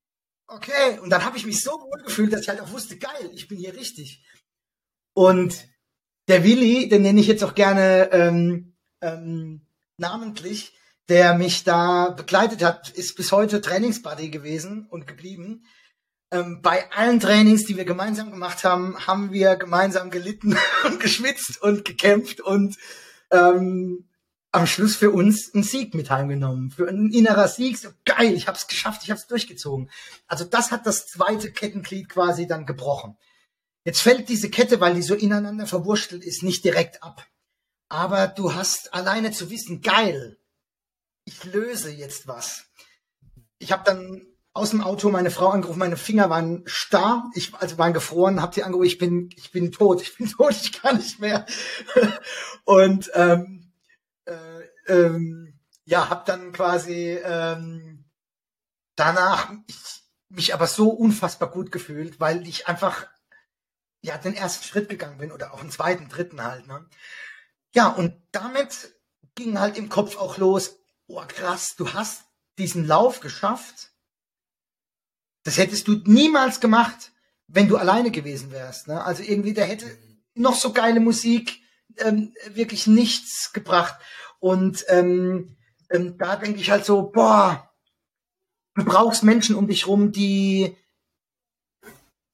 Okay. Und dann habe ich mich so wohl gefühlt, dass ich halt auch wusste, geil, ich bin hier richtig. Und der Willi, den nenne ich jetzt auch gerne ähm, ähm, namentlich, der mich da begleitet hat, ist bis heute Trainingsbuddy gewesen und geblieben. Ähm, bei allen Trainings, die wir gemeinsam gemacht haben, haben wir gemeinsam gelitten und geschwitzt und gekämpft und ähm, am Schluss für uns einen Sieg mit heimgenommen. Für einen innerer Sieg, so geil, ich habe es geschafft, ich habe es durchgezogen. Also das hat das zweite Kettenglied quasi dann gebrochen. Jetzt fällt diese Kette, weil die so ineinander verwurstelt ist, nicht direkt ab. Aber du hast alleine zu wissen, geil, ich löse jetzt was. Ich habe dann aus dem Auto meine Frau angerufen, meine Finger waren starr, ich, also waren gefroren, hab sie angerufen, ich bin, ich bin tot, ich bin tot, ich kann nicht mehr. Und ähm, äh, ähm, ja, hab dann quasi ähm, danach ich, mich aber so unfassbar gut gefühlt, weil ich einfach ja den ersten Schritt gegangen bin oder auch einen zweiten, dritten halt. Ne? Ja, und damit ging halt im Kopf auch los, oh krass, du hast diesen Lauf geschafft. Das hättest du niemals gemacht, wenn du alleine gewesen wärst. Ne? Also irgendwie, da hätte noch so geile Musik ähm, wirklich nichts gebracht. Und ähm, ähm, da denke ich halt so, boah, du brauchst Menschen um dich rum, die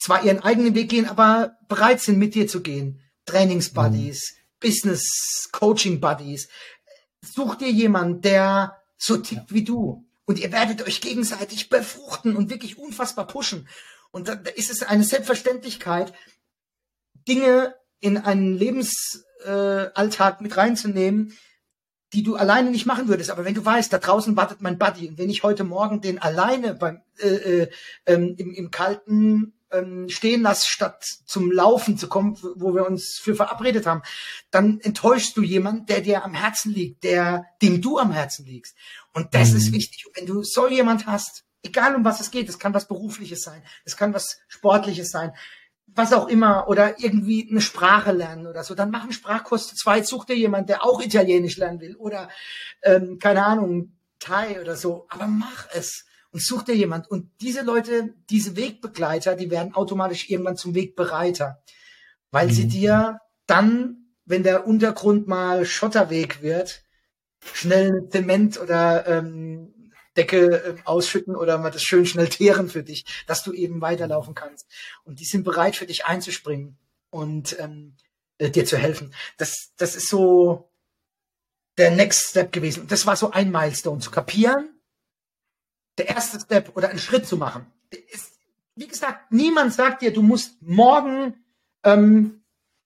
zwar ihren eigenen Weg gehen, aber bereit sind, mit dir zu gehen. Trainingsbuddies, mhm. Business-Coaching-Buddies. Such dir jemanden, der so tickt wie du. Und ihr werdet euch gegenseitig befruchten und wirklich unfassbar pushen. Und da, da ist es eine Selbstverständlichkeit, Dinge in einen Lebensalltag äh, mit reinzunehmen, die du alleine nicht machen würdest. Aber wenn du weißt, da draußen wartet mein Buddy, und wenn ich heute Morgen den alleine beim äh, äh, ähm, im, im Kalten ähm, stehen lasse, statt zum Laufen zu kommen, wo wir uns für verabredet haben, dann enttäuschst du jemanden, der dir am Herzen liegt, der dem du am Herzen liegst. Und das mhm. ist wichtig. Und wenn du so jemand hast, egal um was es geht, das kann was Berufliches sein, das kann was Sportliches sein, was auch immer, oder irgendwie eine Sprache lernen oder so, dann mach einen Sprachkurs zu zweit, such dir jemand, der auch Italienisch lernen will oder, ähm, keine Ahnung, Thai oder so, aber mach es und such dir jemand. Und diese Leute, diese Wegbegleiter, die werden automatisch irgendwann zum Wegbereiter, weil mhm. sie dir dann, wenn der Untergrund mal Schotterweg wird, schnell Zement oder ähm, Decke äh, ausschütten oder mal das schön schnell teeren für dich, dass du eben weiterlaufen kannst. Und die sind bereit für dich einzuspringen und ähm, äh, dir zu helfen. Das, das ist so der Next Step gewesen. Und das war so ein Milestone, zu kapieren, der erste Step oder einen Schritt zu machen. Ist, wie gesagt, niemand sagt dir, du musst morgen ähm,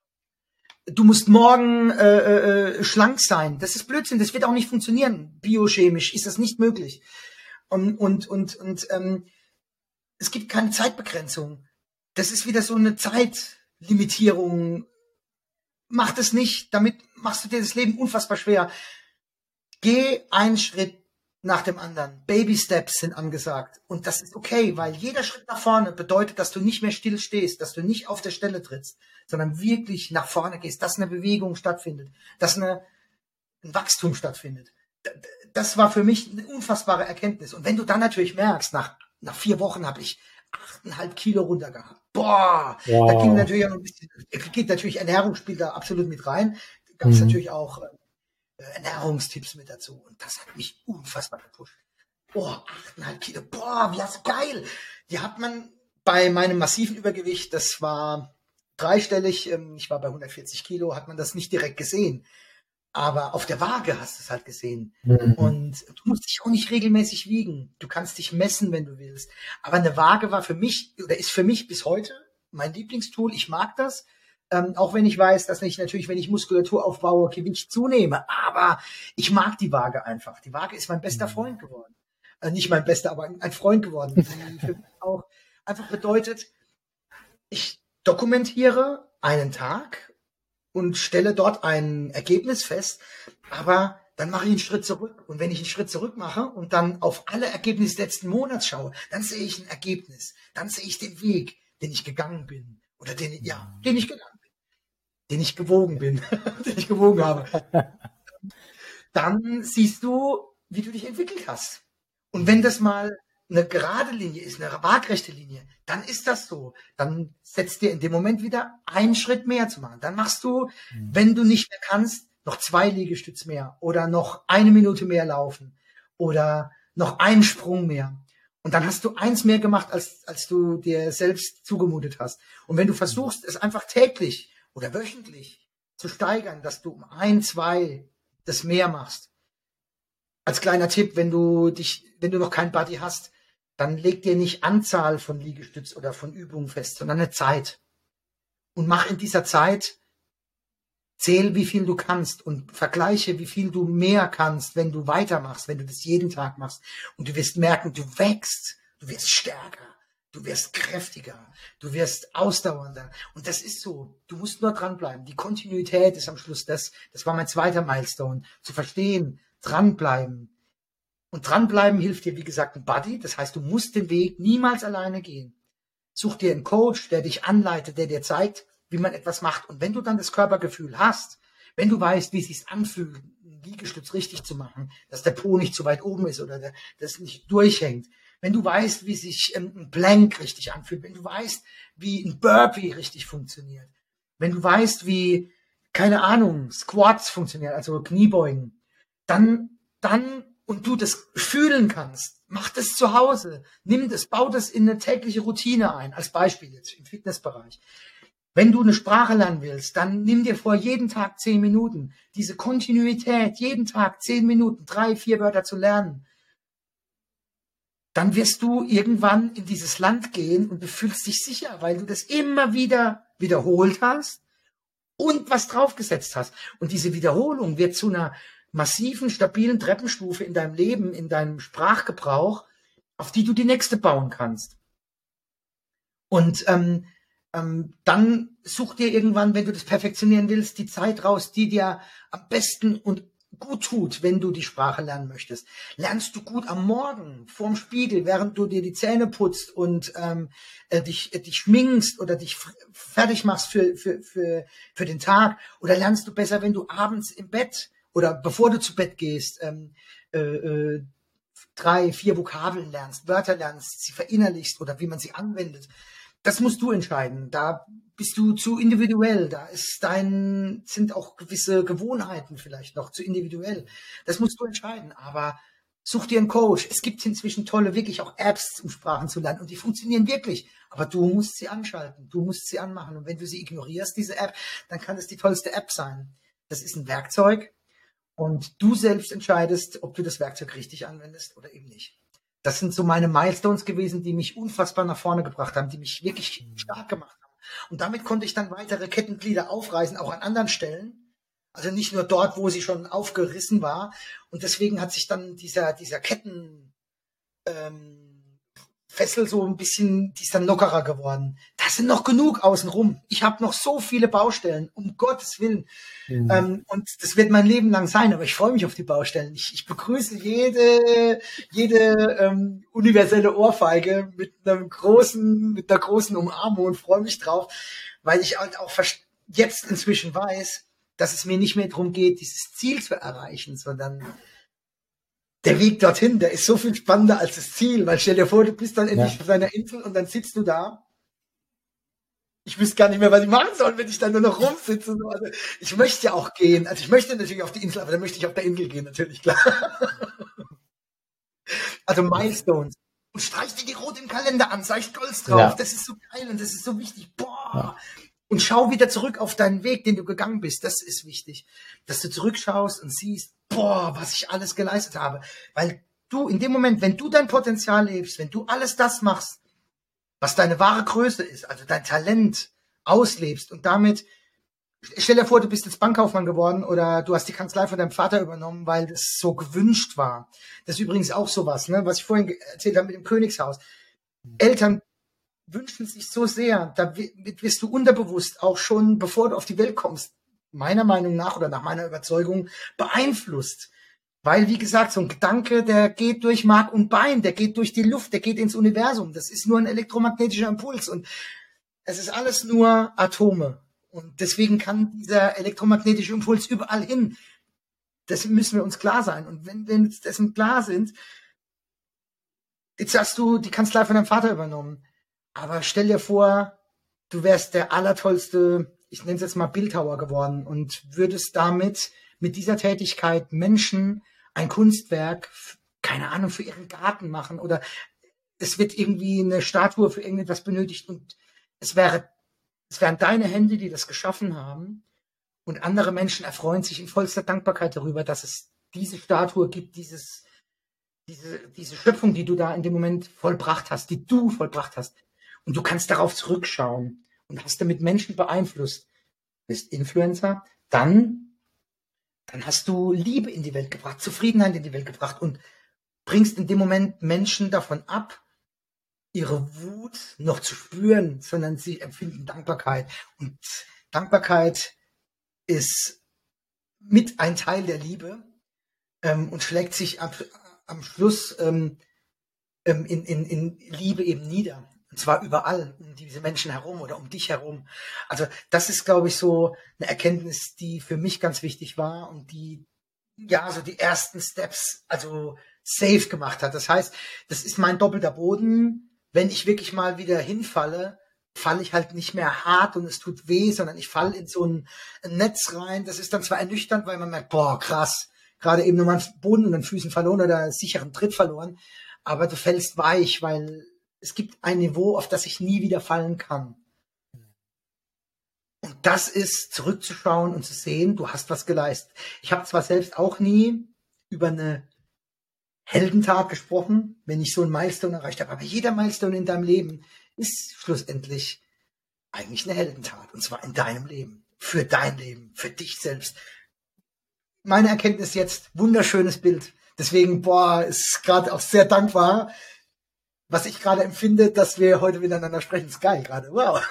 du musst morgen äh, äh, schlank sein. Das ist Blödsinn, das wird auch nicht funktionieren. Biochemisch ist das nicht möglich. Und, und, und, und ähm, es gibt keine Zeitbegrenzung. Das ist wieder so eine Zeitlimitierung. Mach das nicht, damit machst du dir das Leben unfassbar schwer. Geh einen Schritt nach dem anderen. Baby Steps sind angesagt. Und das ist okay, weil jeder Schritt nach vorne bedeutet, dass du nicht mehr still stehst, dass du nicht auf der Stelle trittst, sondern wirklich nach vorne gehst, dass eine Bewegung stattfindet, dass eine, ein Wachstum stattfindet. Das war für mich eine unfassbare Erkenntnis. Und wenn du dann natürlich merkst, nach, nach vier Wochen habe ich achteinhalb Kilo runter gehabt. Boah, wow. Da ging natürlich auch ein bisschen, geht natürlich Ernährung spielt da absolut mit rein. Da gab es mhm. natürlich auch Ernährungstipps mit dazu. Und das hat mich unfassbar gepusht. Boah, achteinhalb Kilo. Boah, wie hast du geil. Die hat man bei meinem massiven Übergewicht, das war dreistellig, ich war bei hundertvierzig Kilo, hat man das nicht direkt gesehen. Aber auf der Waage hast du es halt gesehen. Mhm. Und du musst dich auch nicht regelmäßig wiegen. Du kannst dich messen, wenn du willst. Aber eine Waage war für mich, oder ist für mich bis heute mein Lieblingstool. Ich mag das. Ähm, auch wenn ich weiß, dass ich natürlich, wenn ich Muskulatur aufbaue, Gewicht zunehme. Aber ich mag die Waage einfach. Die Waage ist mein bester Freund geworden. Äh, nicht mein bester, aber ein Freund geworden. Die für mich auch einfach bedeutet, ich dokumentiere einen Tag und stelle dort ein Ergebnis fest, aber dann mache ich einen Schritt zurück. Und wenn ich einen Schritt zurück mache und dann auf alle Ergebnisse des letzten Monats schaue, dann sehe ich ein Ergebnis. Dann sehe ich den Weg, den ich gegangen bin. Oder den, ja, den ich gegangen bin. Den ich gewogen bin. den ich gewogen habe. Dann siehst du, wie du dich entwickelt hast. Und wenn das mal eine gerade Linie ist, eine waagrechte Linie, dann ist das so. Dann setzt dir in dem Moment wieder einen Schritt mehr zu machen. Dann machst du, mhm. wenn du nicht mehr kannst, noch zwei Liegestütze mehr oder noch eine Minute mehr laufen oder noch einen Sprung mehr. Und dann hast du eins mehr gemacht, als, als du dir selbst zugemutet hast. Und wenn du versuchst, es einfach täglich oder wöchentlich zu steigern, dass du um ein, zwei das mehr machst. Als kleiner Tipp, wenn du dich, wenn du noch kein Buddy hast, dann leg dir nicht Anzahl von Liegestütz oder von Übungen fest, sondern eine Zeit. Und mach in dieser Zeit, zähl, wie viel du kannst und vergleiche, wie viel du mehr kannst, wenn du weitermachst, wenn du das jeden Tag machst. Und du wirst merken, du wächst, du wirst stärker, du wirst kräftiger, du wirst ausdauernder. Und das ist so. Du musst nur dranbleiben. Die Kontinuität ist am Schluss das. Das war mein zweiter Milestone. Zu verstehen, dranbleiben. Und dranbleiben hilft dir, wie gesagt, ein Buddy. Das heißt, du musst den Weg niemals alleine gehen. Such dir einen Coach, der dich anleitet, der dir zeigt, wie man etwas macht. Und wenn du dann das Körpergefühl hast, wenn du weißt, wie es sich anfühlt, einen Liegestütz richtig zu machen, dass der Po nicht zu weit oben ist oder der, das nicht durchhängt, wenn du weißt, wie sich ein Plank richtig anfühlt, wenn du weißt, wie ein Burpee richtig funktioniert, wenn du weißt, wie, keine Ahnung, Squats funktionieren, also Kniebeugen, dann, dann, und du das fühlen kannst, Mach das zu Hause. Nimm das, bau das in eine tägliche Routine ein. Als Beispiel jetzt im Fitnessbereich. Wenn du eine Sprache lernen willst, dann nimm dir vor, jeden Tag zehn Minuten. Diese Kontinuität, jeden Tag zehn Minuten, drei, vier Wörter zu lernen. Dann wirst du irgendwann in dieses Land gehen und du fühlst dich sicher, weil du das immer wieder wiederholt hast und was draufgesetzt hast. Und diese Wiederholung wird zu einer massiven, stabilen Treppenstufe in deinem Leben, in deinem Sprachgebrauch, auf die du die nächste bauen kannst. Und ähm, ähm, dann such dir irgendwann, wenn du das perfektionieren willst, die Zeit raus, die dir am besten und gut tut, wenn du die Sprache lernen möchtest. Lernst du gut am Morgen vorm Spiegel, während du dir die Zähne putzt und ähm, äh, dich, äh, dich schminkst oder dich f- fertig machst für, für, für, für den Tag? Oder lernst du besser, wenn du abends im Bett oder bevor du zu Bett gehst, ähm, äh, äh, drei, vier Vokabeln lernst, Wörter lernst, sie verinnerlichst oder wie man sie anwendet? Das musst du entscheiden. Da bist du zu individuell. Da ist dein, sind auch gewisse Gewohnheiten vielleicht noch zu individuell. Das musst du entscheiden. Aber such dir einen Coach. Es gibt inzwischen tolle, wirklich auch Apps, um Sprachen zu lernen. Und die funktionieren wirklich. Aber du musst sie anschalten. Du musst sie anmachen. Und wenn du sie ignorierst, diese App, dann kann es die tollste App sein. Das ist ein Werkzeug. Und du selbst entscheidest, ob du das Werkzeug richtig anwendest oder eben nicht. Das sind so meine Milestones gewesen, die mich unfassbar nach vorne gebracht haben, die mich wirklich stark gemacht haben. Und damit konnte ich dann weitere Kettenglieder aufreißen, auch an anderen Stellen. Also nicht nur dort, wo sie schon aufgerissen war. Und deswegen hat sich dann dieser, dieser Ketten, ähm, Fessel so ein bisschen, die ist dann lockerer geworden. Da sind noch genug außenrum. Ich habe noch so viele Baustellen, um Gottes Willen. Mhm. Ähm, und das wird mein Leben lang sein, aber ich freue mich auf die Baustellen. Ich, ich begrüße jede, jede ähm, universelle Ohrfeige mit einem großen, mit einer großen Umarmung und freue mich drauf, weil ich halt auch jetzt inzwischen weiß, dass es mir nicht mehr darum geht, dieses Ziel zu erreichen, sondern der Weg dorthin, der ist so viel spannender als das Ziel, weil stell dir vor, du bist dann endlich ja. auf deiner Insel und dann sitzt du da. Ich wüsste gar nicht mehr, was ich machen soll, wenn ich dann nur noch rumsitze. Also ich möchte ja auch gehen. Also ich möchte natürlich auf die Insel, aber dann möchte ich auf der Insel gehen, natürlich, klar. Also Milestones. Und streich dir die rot im Kalender an, sei stolz drauf. Ja. Das ist so geil und das ist so wichtig. Boah. Ja. Und schau wieder zurück auf deinen Weg, den du gegangen bist. Das ist wichtig. Dass du zurückschaust und siehst, boah, was ich alles geleistet habe. Weil du in dem Moment, wenn du dein Potenzial lebst, wenn du alles das machst, was deine wahre Größe ist, also dein Talent auslebst und damit, stell dir vor, du bist jetzt Bankkaufmann geworden oder du hast die Kanzlei von deinem Vater übernommen, weil das so gewünscht war. Das ist übrigens auch sowas, ne, was ich vorhin erzählt habe mit dem Königshaus. Eltern wünschen sich so sehr, da wirst du unterbewusst auch schon, bevor du auf die Welt kommst, meiner Meinung nach oder nach meiner Überzeugung beeinflusst. Weil, wie gesagt, so ein Gedanke, der geht durch Mark und Bein, der geht durch die Luft, der geht ins Universum. Das ist nur ein elektromagnetischer Impuls und es ist alles nur Atome. Und deswegen kann dieser elektromagnetische Impuls überall hin. Das müssen wir uns klar sein. Und wenn wir uns dessen klar sind, jetzt hast du die Kanzlei von deinem Vater übernommen. Aber stell dir vor, du wärst der allertollste, ich nenne es jetzt mal Bildhauer geworden und würdest damit, mit dieser Tätigkeit Menschen ein Kunstwerk, keine Ahnung, für ihren Garten machen oder es wird irgendwie eine Statue für irgendetwas benötigt und es wäre, es wären deine Hände, die das geschaffen haben und andere Menschen erfreuen sich in vollster Dankbarkeit darüber, dass es diese Statue gibt, dieses, diese, diese Schöpfung, die du da in dem Moment vollbracht hast, die du vollbracht hast. Und du kannst darauf zurückschauen und hast damit Menschen beeinflusst. Bist Influencer, dann, dann hast du Liebe in die Welt gebracht, Zufriedenheit in die Welt gebracht und bringst in dem Moment Menschen davon ab, ihre Wut noch zu spüren, sondern sie empfinden Dankbarkeit. Und Dankbarkeit ist mit ein Teil der Liebe ähm, und schlägt sich ab, am Schluss ähm, in, in, in Liebe eben nieder. Und zwar überall, um diese Menschen herum oder um dich herum. Also das ist, glaube ich, so eine Erkenntnis, die für mich ganz wichtig war und die, ja, so die ersten Steps, also safe gemacht hat. Das heißt, das ist mein doppelter Boden. Wenn ich wirklich mal wieder hinfalle, falle ich halt nicht mehr hart und es tut weh, sondern ich falle in so ein, ein Netz rein. Das ist dann zwar ernüchternd, weil man merkt, boah, krass, gerade eben nur mal Boden und den Füßen verloren oder einen sicheren Tritt verloren. aber du fällst weich, weil es gibt ein Niveau, auf das ich nie wieder fallen kann. Und das ist, zurückzuschauen und zu sehen, du hast was geleistet. Ich habe zwar selbst auch nie über eine Heldentat gesprochen, wenn ich so einen Milestone erreicht habe, aber jeder Milestone in deinem Leben ist schlussendlich eigentlich eine Heldentat. Und zwar in deinem Leben, für dein Leben, für dich selbst. Meine Erkenntnis jetzt, wunderschönes Bild. Deswegen, boah, ist gerade auch sehr dankbar, was ich gerade empfinde, dass wir heute miteinander sprechen. Ist geil gerade, wow.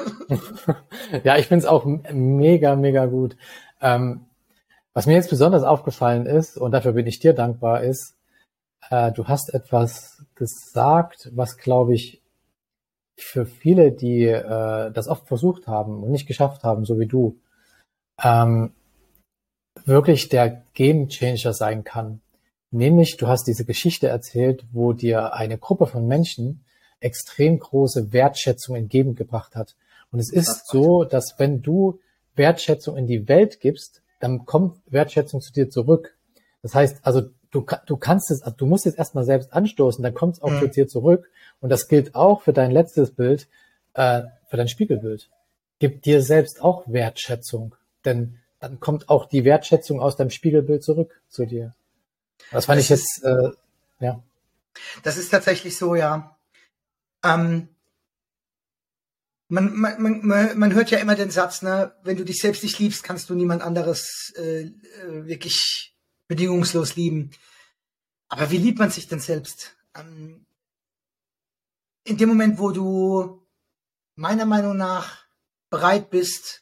Ja, ich finde es auch mega, mega gut. Ähm, was mir jetzt besonders aufgefallen ist, und dafür bin ich dir dankbar, ist, äh, du hast etwas gesagt, was, glaube ich, für viele, die äh, das oft versucht haben und nicht geschafft haben, so wie du, ähm, wirklich der Game Changer sein kann. Nämlich, du hast diese Geschichte erzählt, wo dir eine Gruppe von Menschen extrem große Wertschätzung entgegengebracht hat. Und es ist so, dass wenn du Wertschätzung in die Welt gibst, dann kommt Wertschätzung zu dir zurück. Das heißt, also du, du kannst es, also du musst es erstmal selbst anstoßen, dann kommt es auch mhm. zu dir zurück. Und das gilt auch für dein letztes Bild, äh, für dein Spiegelbild. Gib dir selbst auch Wertschätzung, denn dann kommt auch die Wertschätzung aus deinem Spiegelbild zurück zu dir. Das fand das ich jetzt, ist, äh, ja. Das ist tatsächlich so, ja. Ähm, man, man, man, man hört ja immer den Satz, ne, wenn du dich selbst nicht liebst, kannst du niemand anderes äh, wirklich bedingungslos lieben. Aber wie liebt man sich denn selbst? Ähm, in dem Moment, wo du meiner Meinung nach bereit bist,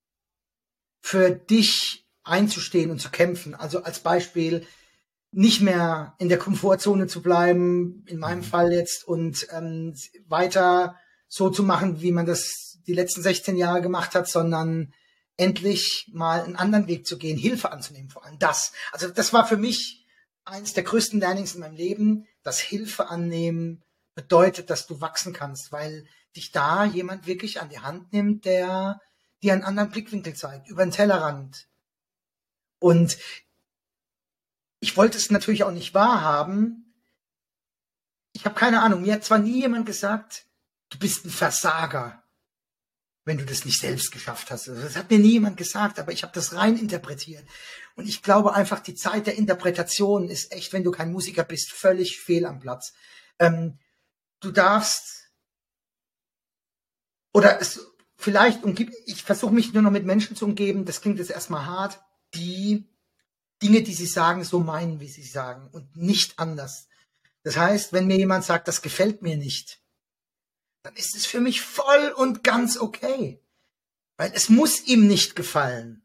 für dich einzustehen und zu kämpfen, also als Beispiel, nicht mehr in der Komfortzone zu bleiben, in meinem Fall jetzt, und ähm, weiter so zu machen, wie man das die letzten sechzehn Jahre gemacht hat, sondern endlich mal einen anderen Weg zu gehen, Hilfe anzunehmen, vor allem das. Also das war für mich eines der größten Learnings in meinem Leben, dass Hilfe annehmen bedeutet, dass du wachsen kannst, weil dich da jemand wirklich an die Hand nimmt, der dir einen anderen Blickwinkel zeigt, über den Tellerrand. Und ich wollte es natürlich auch nicht wahrhaben. Ich habe keine Ahnung. Mir hat zwar nie jemand gesagt, du bist ein Versager, wenn du das nicht selbst geschafft hast. Das hat mir nie jemand gesagt, aber ich habe das rein interpretiert. Und ich glaube einfach, die Zeit der Interpretation ist echt, wenn du kein Musiker bist, völlig fehl am Platz. Ähm, du darfst, oder es vielleicht, umgib, ich versuche mich nur noch mit Menschen zu umgeben, das klingt jetzt erstmal hart, die Dinge, die sie sagen, so meinen, wie sie sagen und nicht anders. Das heißt, wenn mir jemand sagt, das gefällt mir nicht, dann ist es für mich voll und ganz okay. Weil es muss ihm nicht gefallen.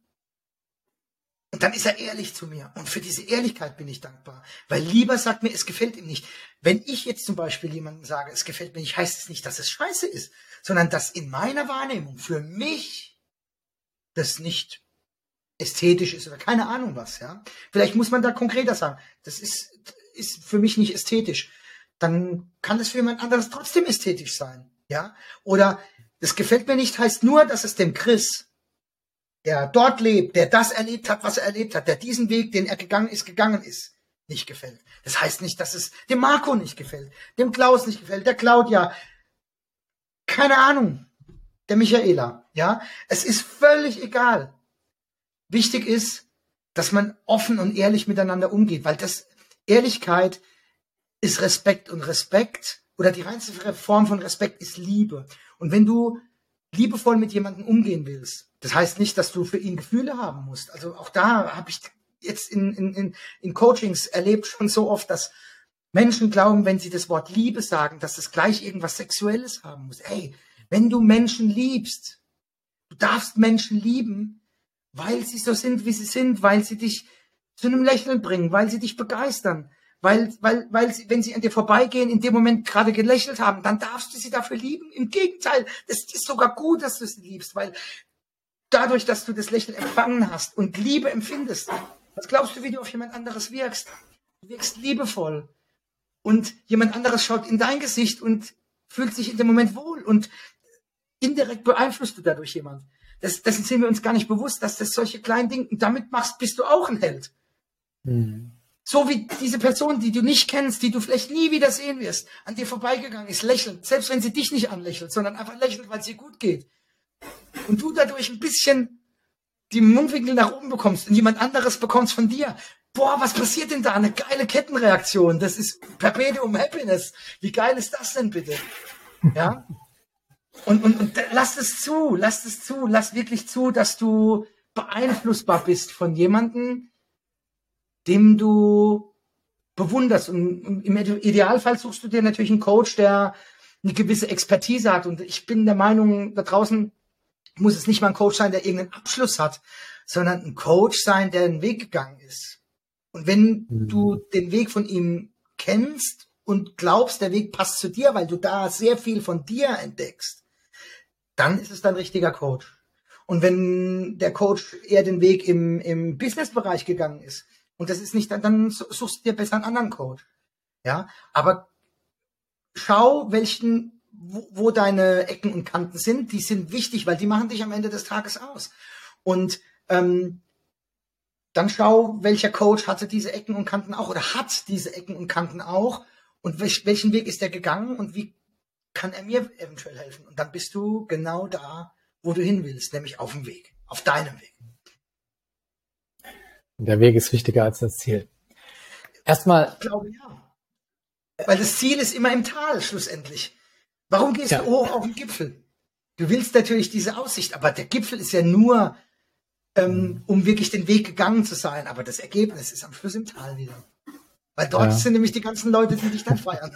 Und dann ist er ehrlich zu mir. Und für diese Ehrlichkeit bin ich dankbar. Weil lieber sagt mir, es gefällt ihm nicht. Wenn ich jetzt zum Beispiel jemandem sage, es gefällt mir nicht, heißt es nicht, dass es scheiße ist, sondern dass in meiner Wahrnehmung für mich das nicht ästhetisch ist oder keine Ahnung was, ja. Vielleicht muss man da konkreter sagen, das ist, ist für mich nicht ästhetisch. Dann kann es für jemand anderes trotzdem ästhetisch sein, ja. Oder das gefällt mir nicht, heißt nur, dass es dem Chris, der dort lebt, der das erlebt hat, was er erlebt hat, der diesen Weg, den er gegangen ist, gegangen ist, nicht gefällt. Das heißt nicht, dass es dem Marco nicht gefällt, dem Klaus nicht gefällt, der Claudia, keine Ahnung, der Michaela, ja. Es ist völlig egal. Wichtig ist, dass man offen und ehrlich miteinander umgeht, weil das Ehrlichkeit ist Respekt und Respekt oder die reinste Form von Respekt ist Liebe. Und wenn du liebevoll mit jemandem umgehen willst, das heißt nicht, dass du für ihn Gefühle haben musst. Also auch da habe ich jetzt in, in, in, in Coachings erlebt schon so oft, dass Menschen glauben, wenn sie das Wort Liebe sagen, dass das gleich irgendwas Sexuelles haben muss. Ey, wenn du Menschen liebst, du darfst Menschen lieben, weil sie so sind, wie sie sind, weil sie dich zu einem Lächeln bringen, weil sie dich begeistern, weil, weil, weil sie, wenn sie an dir vorbeigehen, in dem Moment gerade gelächelt haben, dann darfst du sie dafür lieben. Im Gegenteil, das ist sogar gut, dass du sie liebst, weil dadurch, dass du das Lächeln empfangen hast und Liebe empfindest, was glaubst du, wie du auf jemand anderes wirkst? Du wirkst liebevoll und jemand anderes schaut in dein Gesicht und fühlt sich in dem Moment wohl und indirekt beeinflusst du dadurch jemand. Das, das sind wir uns gar nicht bewusst, dass das solche kleinen Dinge, und damit machst, bist du auch ein Held. Mhm. So wie diese Person, die du nicht kennst, die du vielleicht nie wieder sehen wirst, an dir vorbeigegangen ist, lächelt, selbst wenn sie dich nicht anlächelt, sondern einfach lächelt, weil es ihr gut geht. Und du dadurch ein bisschen die Mundwinkel nach oben bekommst und jemand anderes bekommst von dir. Boah, was passiert denn da? Eine geile Kettenreaktion. Das ist Perpetuum Happiness. Wie geil ist das denn bitte? Ja? Und, und, und lass es zu, lass es zu, lass wirklich zu, dass du beeinflussbar bist von jemandem, dem du bewunderst. Und im Idealfall suchst du dir natürlich einen Coach, der eine gewisse Expertise hat. Und ich bin der Meinung, da draußen muss es nicht mal ein Coach sein, der irgendeinen Abschluss hat, sondern ein Coach sein, der einen Weg gegangen ist. Und wenn mhm. du den Weg von ihm kennst und glaubst, der Weg passt zu dir, weil du da sehr viel von dir entdeckst, dann ist es dein richtiger Coach. Und wenn der Coach eher den Weg im, im Business-Bereich gegangen ist, und das ist nicht, dann, dann suchst du dir besser einen anderen Coach. Ja, aber schau, welchen, wo, wo deine Ecken und Kanten sind. Die sind wichtig, weil die machen dich am Ende des Tages aus. Und ähm, dann schau, welcher Coach hatte diese Ecken und Kanten auch oder hat diese Ecken und Kanten auch und welch, welchen Weg ist er gegangen und wie kann er mir eventuell helfen. Und dann bist du genau da, wo du hin willst, nämlich auf dem Weg, auf deinem Weg. Der Weg ist wichtiger als das Ziel. Erstmal. Ich glaube, ja. Weil das Ziel ist immer im Tal, schlussendlich. Warum gehst ja. du hoch auf den Gipfel? Du willst natürlich diese Aussicht, aber der Gipfel ist ja nur, ähm, um wirklich den Weg gegangen zu sein. Aber das Ergebnis ist am Schluss im Tal wieder. Weil dort ja. sind nämlich die ganzen Leute, die dich dann feiern.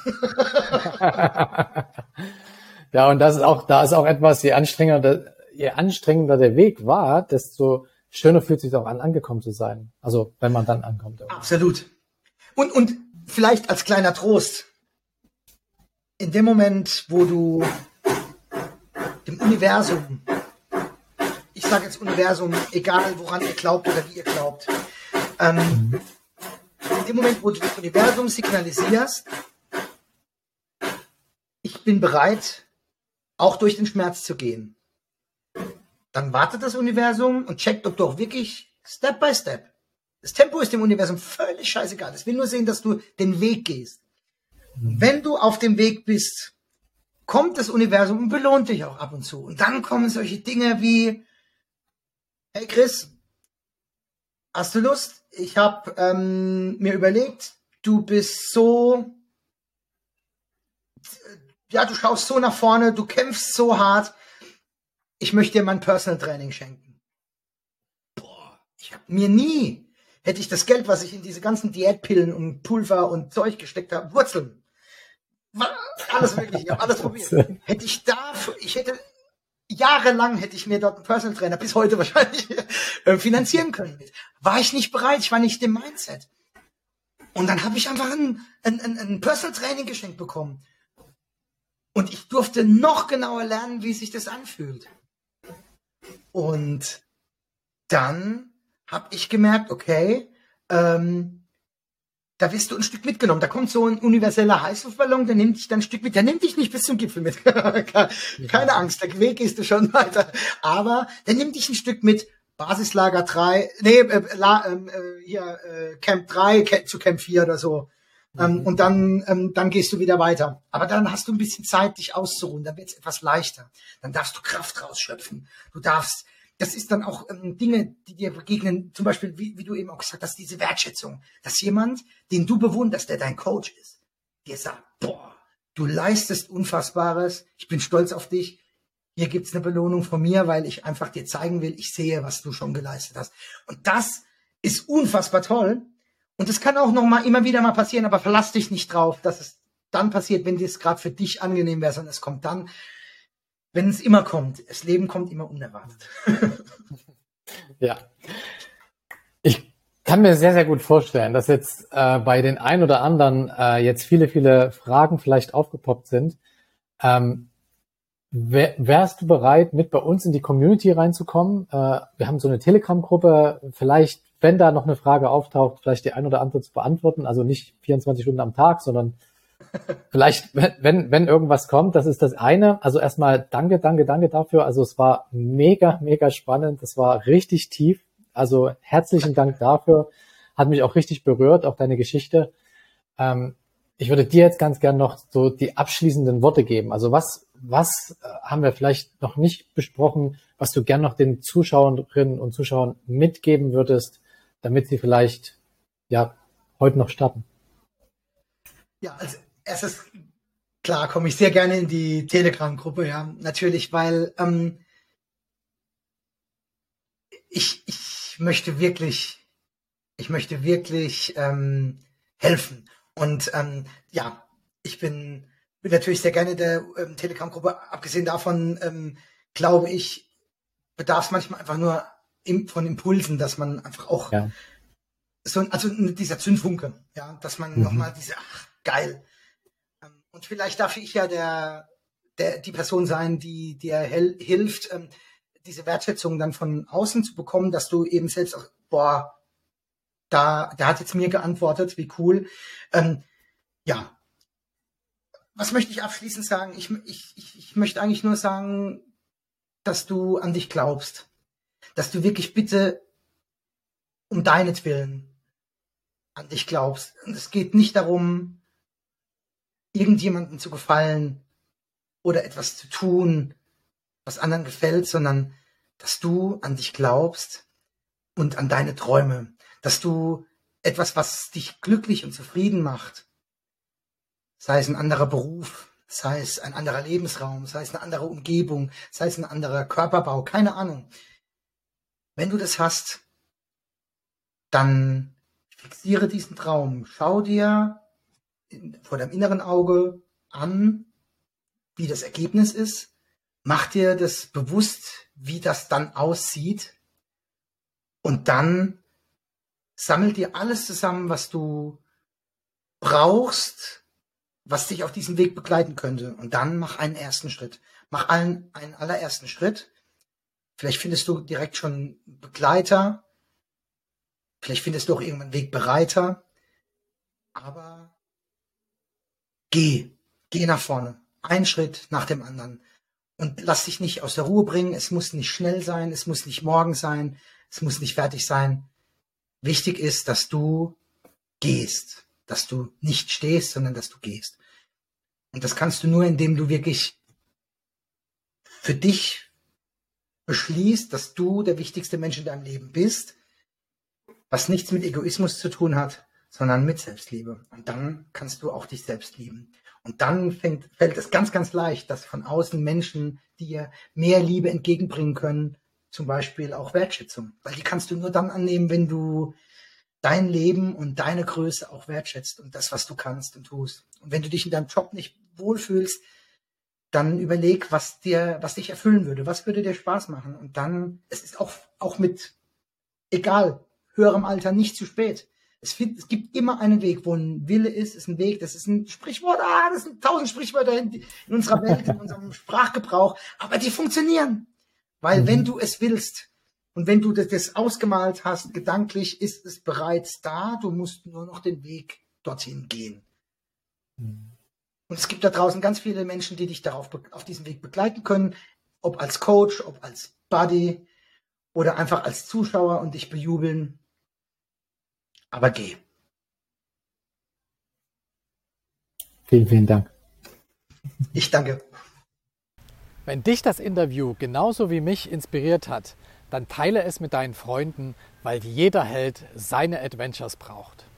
Ja, und das ist auch, da ist auch etwas, je anstrengender, je anstrengender der Weg war, desto schöner fühlt es sich auch an, angekommen zu sein. Also, wenn man dann ankommt. Absolut. Und, und vielleicht als kleiner Trost. In dem Moment, wo du dem Universum, ich sage jetzt Universum, egal woran ihr glaubt oder wie ihr glaubt, ähm, in dem Moment, wo du dem Universum signalisierst, ich bin bereit, auch durch den Schmerz zu gehen, dann wartet das Universum und checkt, ob du auch wirklich Step by Step. Das Tempo ist dem Universum völlig scheißegal. Es will nur sehen, dass du den Weg gehst. Und wenn du auf dem Weg bist, kommt das Universum und belohnt dich auch ab und zu. Und dann kommen solche Dinge wie, hey Chris, hast du Lust? Ich habe ähm, mir überlegt, du bist so, ja, du schaust so nach vorne, du kämpfst so hart. Ich möchte dir mein Personal Training schenken. Boah, ich habe mir nie, hätte ich das Geld, was ich in diese ganzen Diätpillen und Pulver und Zeug gesteckt habe, Wurzeln, alles wirklich, ich habe alles probiert. Hätte ich da, ich hätte, jahrelang hätte ich mir dort einen Personal Trainer, bis heute wahrscheinlich, äh, finanzieren können. War ich nicht bereit, ich war nicht im Mindset. Und dann habe ich einfach ein, ein, ein, ein Personal Training geschenkt bekommen. Und ich durfte noch genauer lernen, wie sich das anfühlt. Und dann habe ich gemerkt, okay, ähm, da wirst du ein Stück mitgenommen. Da kommt so ein universeller Heißluftballon, der nimmt dich dann ein Stück mit. Der nimmt dich nicht bis zum Gipfel mit. Keine Angst, der Weg gehst du schon weiter. Aber der nimmt dich ein Stück mit. Basislager drei, nee, äh, la, äh, hier äh, Camp drei zu Camp vier oder so. Ähm, mhm. Und dann, ähm, dann gehst du wieder weiter. Aber dann hast du ein bisschen Zeit, dich auszuruhen. Dann wird es etwas leichter. Dann darfst du Kraft rausschöpfen. Du darfst, das ist dann auch ähm, Dinge, die dir begegnen, zum Beispiel, wie, wie du eben auch gesagt hast, diese Wertschätzung. Dass jemand, den du bewunderst, der dein Coach ist, dir sagt, boah, du leistest Unfassbares, ich bin stolz auf dich, hier gibt's eine Belohnung von mir, weil ich einfach dir zeigen will, ich sehe, was du schon geleistet hast. Und das ist unfassbar toll. Und das kann auch noch mal immer wieder mal passieren, aber verlass dich nicht drauf, dass es dann passiert, wenn es gerade für dich angenehm wäre, sondern es kommt dann, wenn es immer kommt. Das Leben kommt immer unerwartet. Ja. Ich kann mir sehr, sehr gut vorstellen, dass jetzt äh, bei den ein oder anderen äh, jetzt viele, viele Fragen vielleicht aufgepoppt sind. Ähm, wär, wärst du bereit, mit bei uns in die Community reinzukommen? Äh, wir haben so eine Telegram-Gruppe, vielleicht wenn da noch eine Frage auftaucht, vielleicht die ein oder andere zu beantworten, also nicht vierundzwanzig Stunden am Tag, sondern vielleicht, wenn, wenn irgendwas kommt, das ist das eine. Also erstmal danke, danke, danke dafür. Also es war mega, mega spannend. Es war richtig tief. Also herzlichen Dank dafür. hat mich auch richtig berührt, auch deine Geschichte. Ähm, ich würde dir jetzt ganz gern noch so die abschließenden Worte geben. Also was, was haben wir vielleicht noch nicht besprochen, was du gern noch den Zuschauerinnen und Zuschauern mitgeben würdest, damit sie vielleicht, ja, heute noch starten? Ja, als erstes, klar, komme ich sehr gerne in die Telegram-Gruppe, ja, natürlich, weil ähm, ich, ich möchte wirklich, ich möchte wirklich ähm, helfen. Und ähm, ja, ich bin, bin natürlich sehr gerne in der ähm, Telegram-Gruppe. Abgesehen davon ähm, glaube ich, bedarf es manchmal einfach nur im, von Impulsen, dass man einfach auch Ja. so, also dieser Zündfunke, ja, dass man Mhm. nochmal diese, ach, geil. Und vielleicht darf ich ja der, der, die Person sein, die dir hel- hilft, ähm, diese Wertschätzung dann von außen zu bekommen, dass du eben selbst auch, boah, da, der hat jetzt mir geantwortet, wie cool. Ähm, ja, was möchte ich abschließend sagen? Ich, ich, ich, ich möchte eigentlich nur sagen, dass du an dich glaubst, dass du wirklich bitte um deinetwillen an dich glaubst. Und es geht nicht darum, irgendjemandem zu gefallen oder etwas zu tun, was anderen gefällt, sondern dass du an dich glaubst und an deine Träume, dass du etwas, was dich glücklich und zufrieden macht, sei es ein anderer Beruf, sei es ein anderer Lebensraum, sei es eine andere Umgebung, sei es ein anderer Körperbau, keine Ahnung. Wenn du das hast, dann fixiere diesen Traum. Schau dir in, vor deinem inneren Auge an, wie das Ergebnis ist. Mach dir das bewusst, wie das dann aussieht. Und dann sammel dir alles zusammen, was du brauchst, was dich auf diesem Weg begleiten könnte. Und dann mach einen ersten Schritt. Mach einen, einen allerersten Schritt. Vielleicht findest du direkt schon Begleiter. Vielleicht findest du auch irgendwann Wegbereiter. Aber geh. Geh nach vorne. Ein Schritt nach dem anderen. Und lass dich nicht aus der Ruhe bringen. Es muss nicht schnell sein. Es muss nicht morgen sein. Es muss nicht fertig sein. Wichtig ist, dass du gehst. Dass du nicht stehst, sondern dass du gehst. Und das kannst du nur, indem du wirklich für dich beschließt, dass du der wichtigste Mensch in deinem Leben bist, was nichts mit Egoismus zu tun hat, sondern mit Selbstliebe. Und dann kannst du auch dich selbst lieben. Und dann fängt, fällt es ganz, ganz leicht, dass von außen Menschen dir mehr Liebe entgegenbringen können, zum Beispiel auch Wertschätzung. Weil die kannst du nur dann annehmen, wenn du dein Leben und deine Größe auch wertschätzt und das, was du kannst und tust. Und wenn du dich in deinem Job nicht wohlfühlst, dann überleg, was dir, was dich erfüllen würde. Was würde dir Spaß machen? Und dann, es ist auch, auch mit, egal, höherem Alter nicht zu spät. Es, find, es gibt immer einen Weg, wo ein Wille ist, ist ein Weg. Das ist ein Sprichwort, ah, das sind tausend Sprichwörter in, in unserer Welt, in unserem Sprachgebrauch. Aber die funktionieren. Weil mhm. wenn du es willst und wenn du das, das ausgemalt hast, gedanklich ist es bereits da. Du musst nur noch den Weg dorthin gehen. Mhm. Und es gibt da draußen ganz viele Menschen, die dich darauf auf diesem Weg begleiten können, ob als Coach, ob als Buddy oder einfach als Zuschauer und dich bejubeln. Aber geh. Vielen, vielen Dank. Ich danke. Wenn dich das Interview genauso wie mich inspiriert hat, dann teile es mit deinen Freunden, weil jeder Held seine Adventures braucht.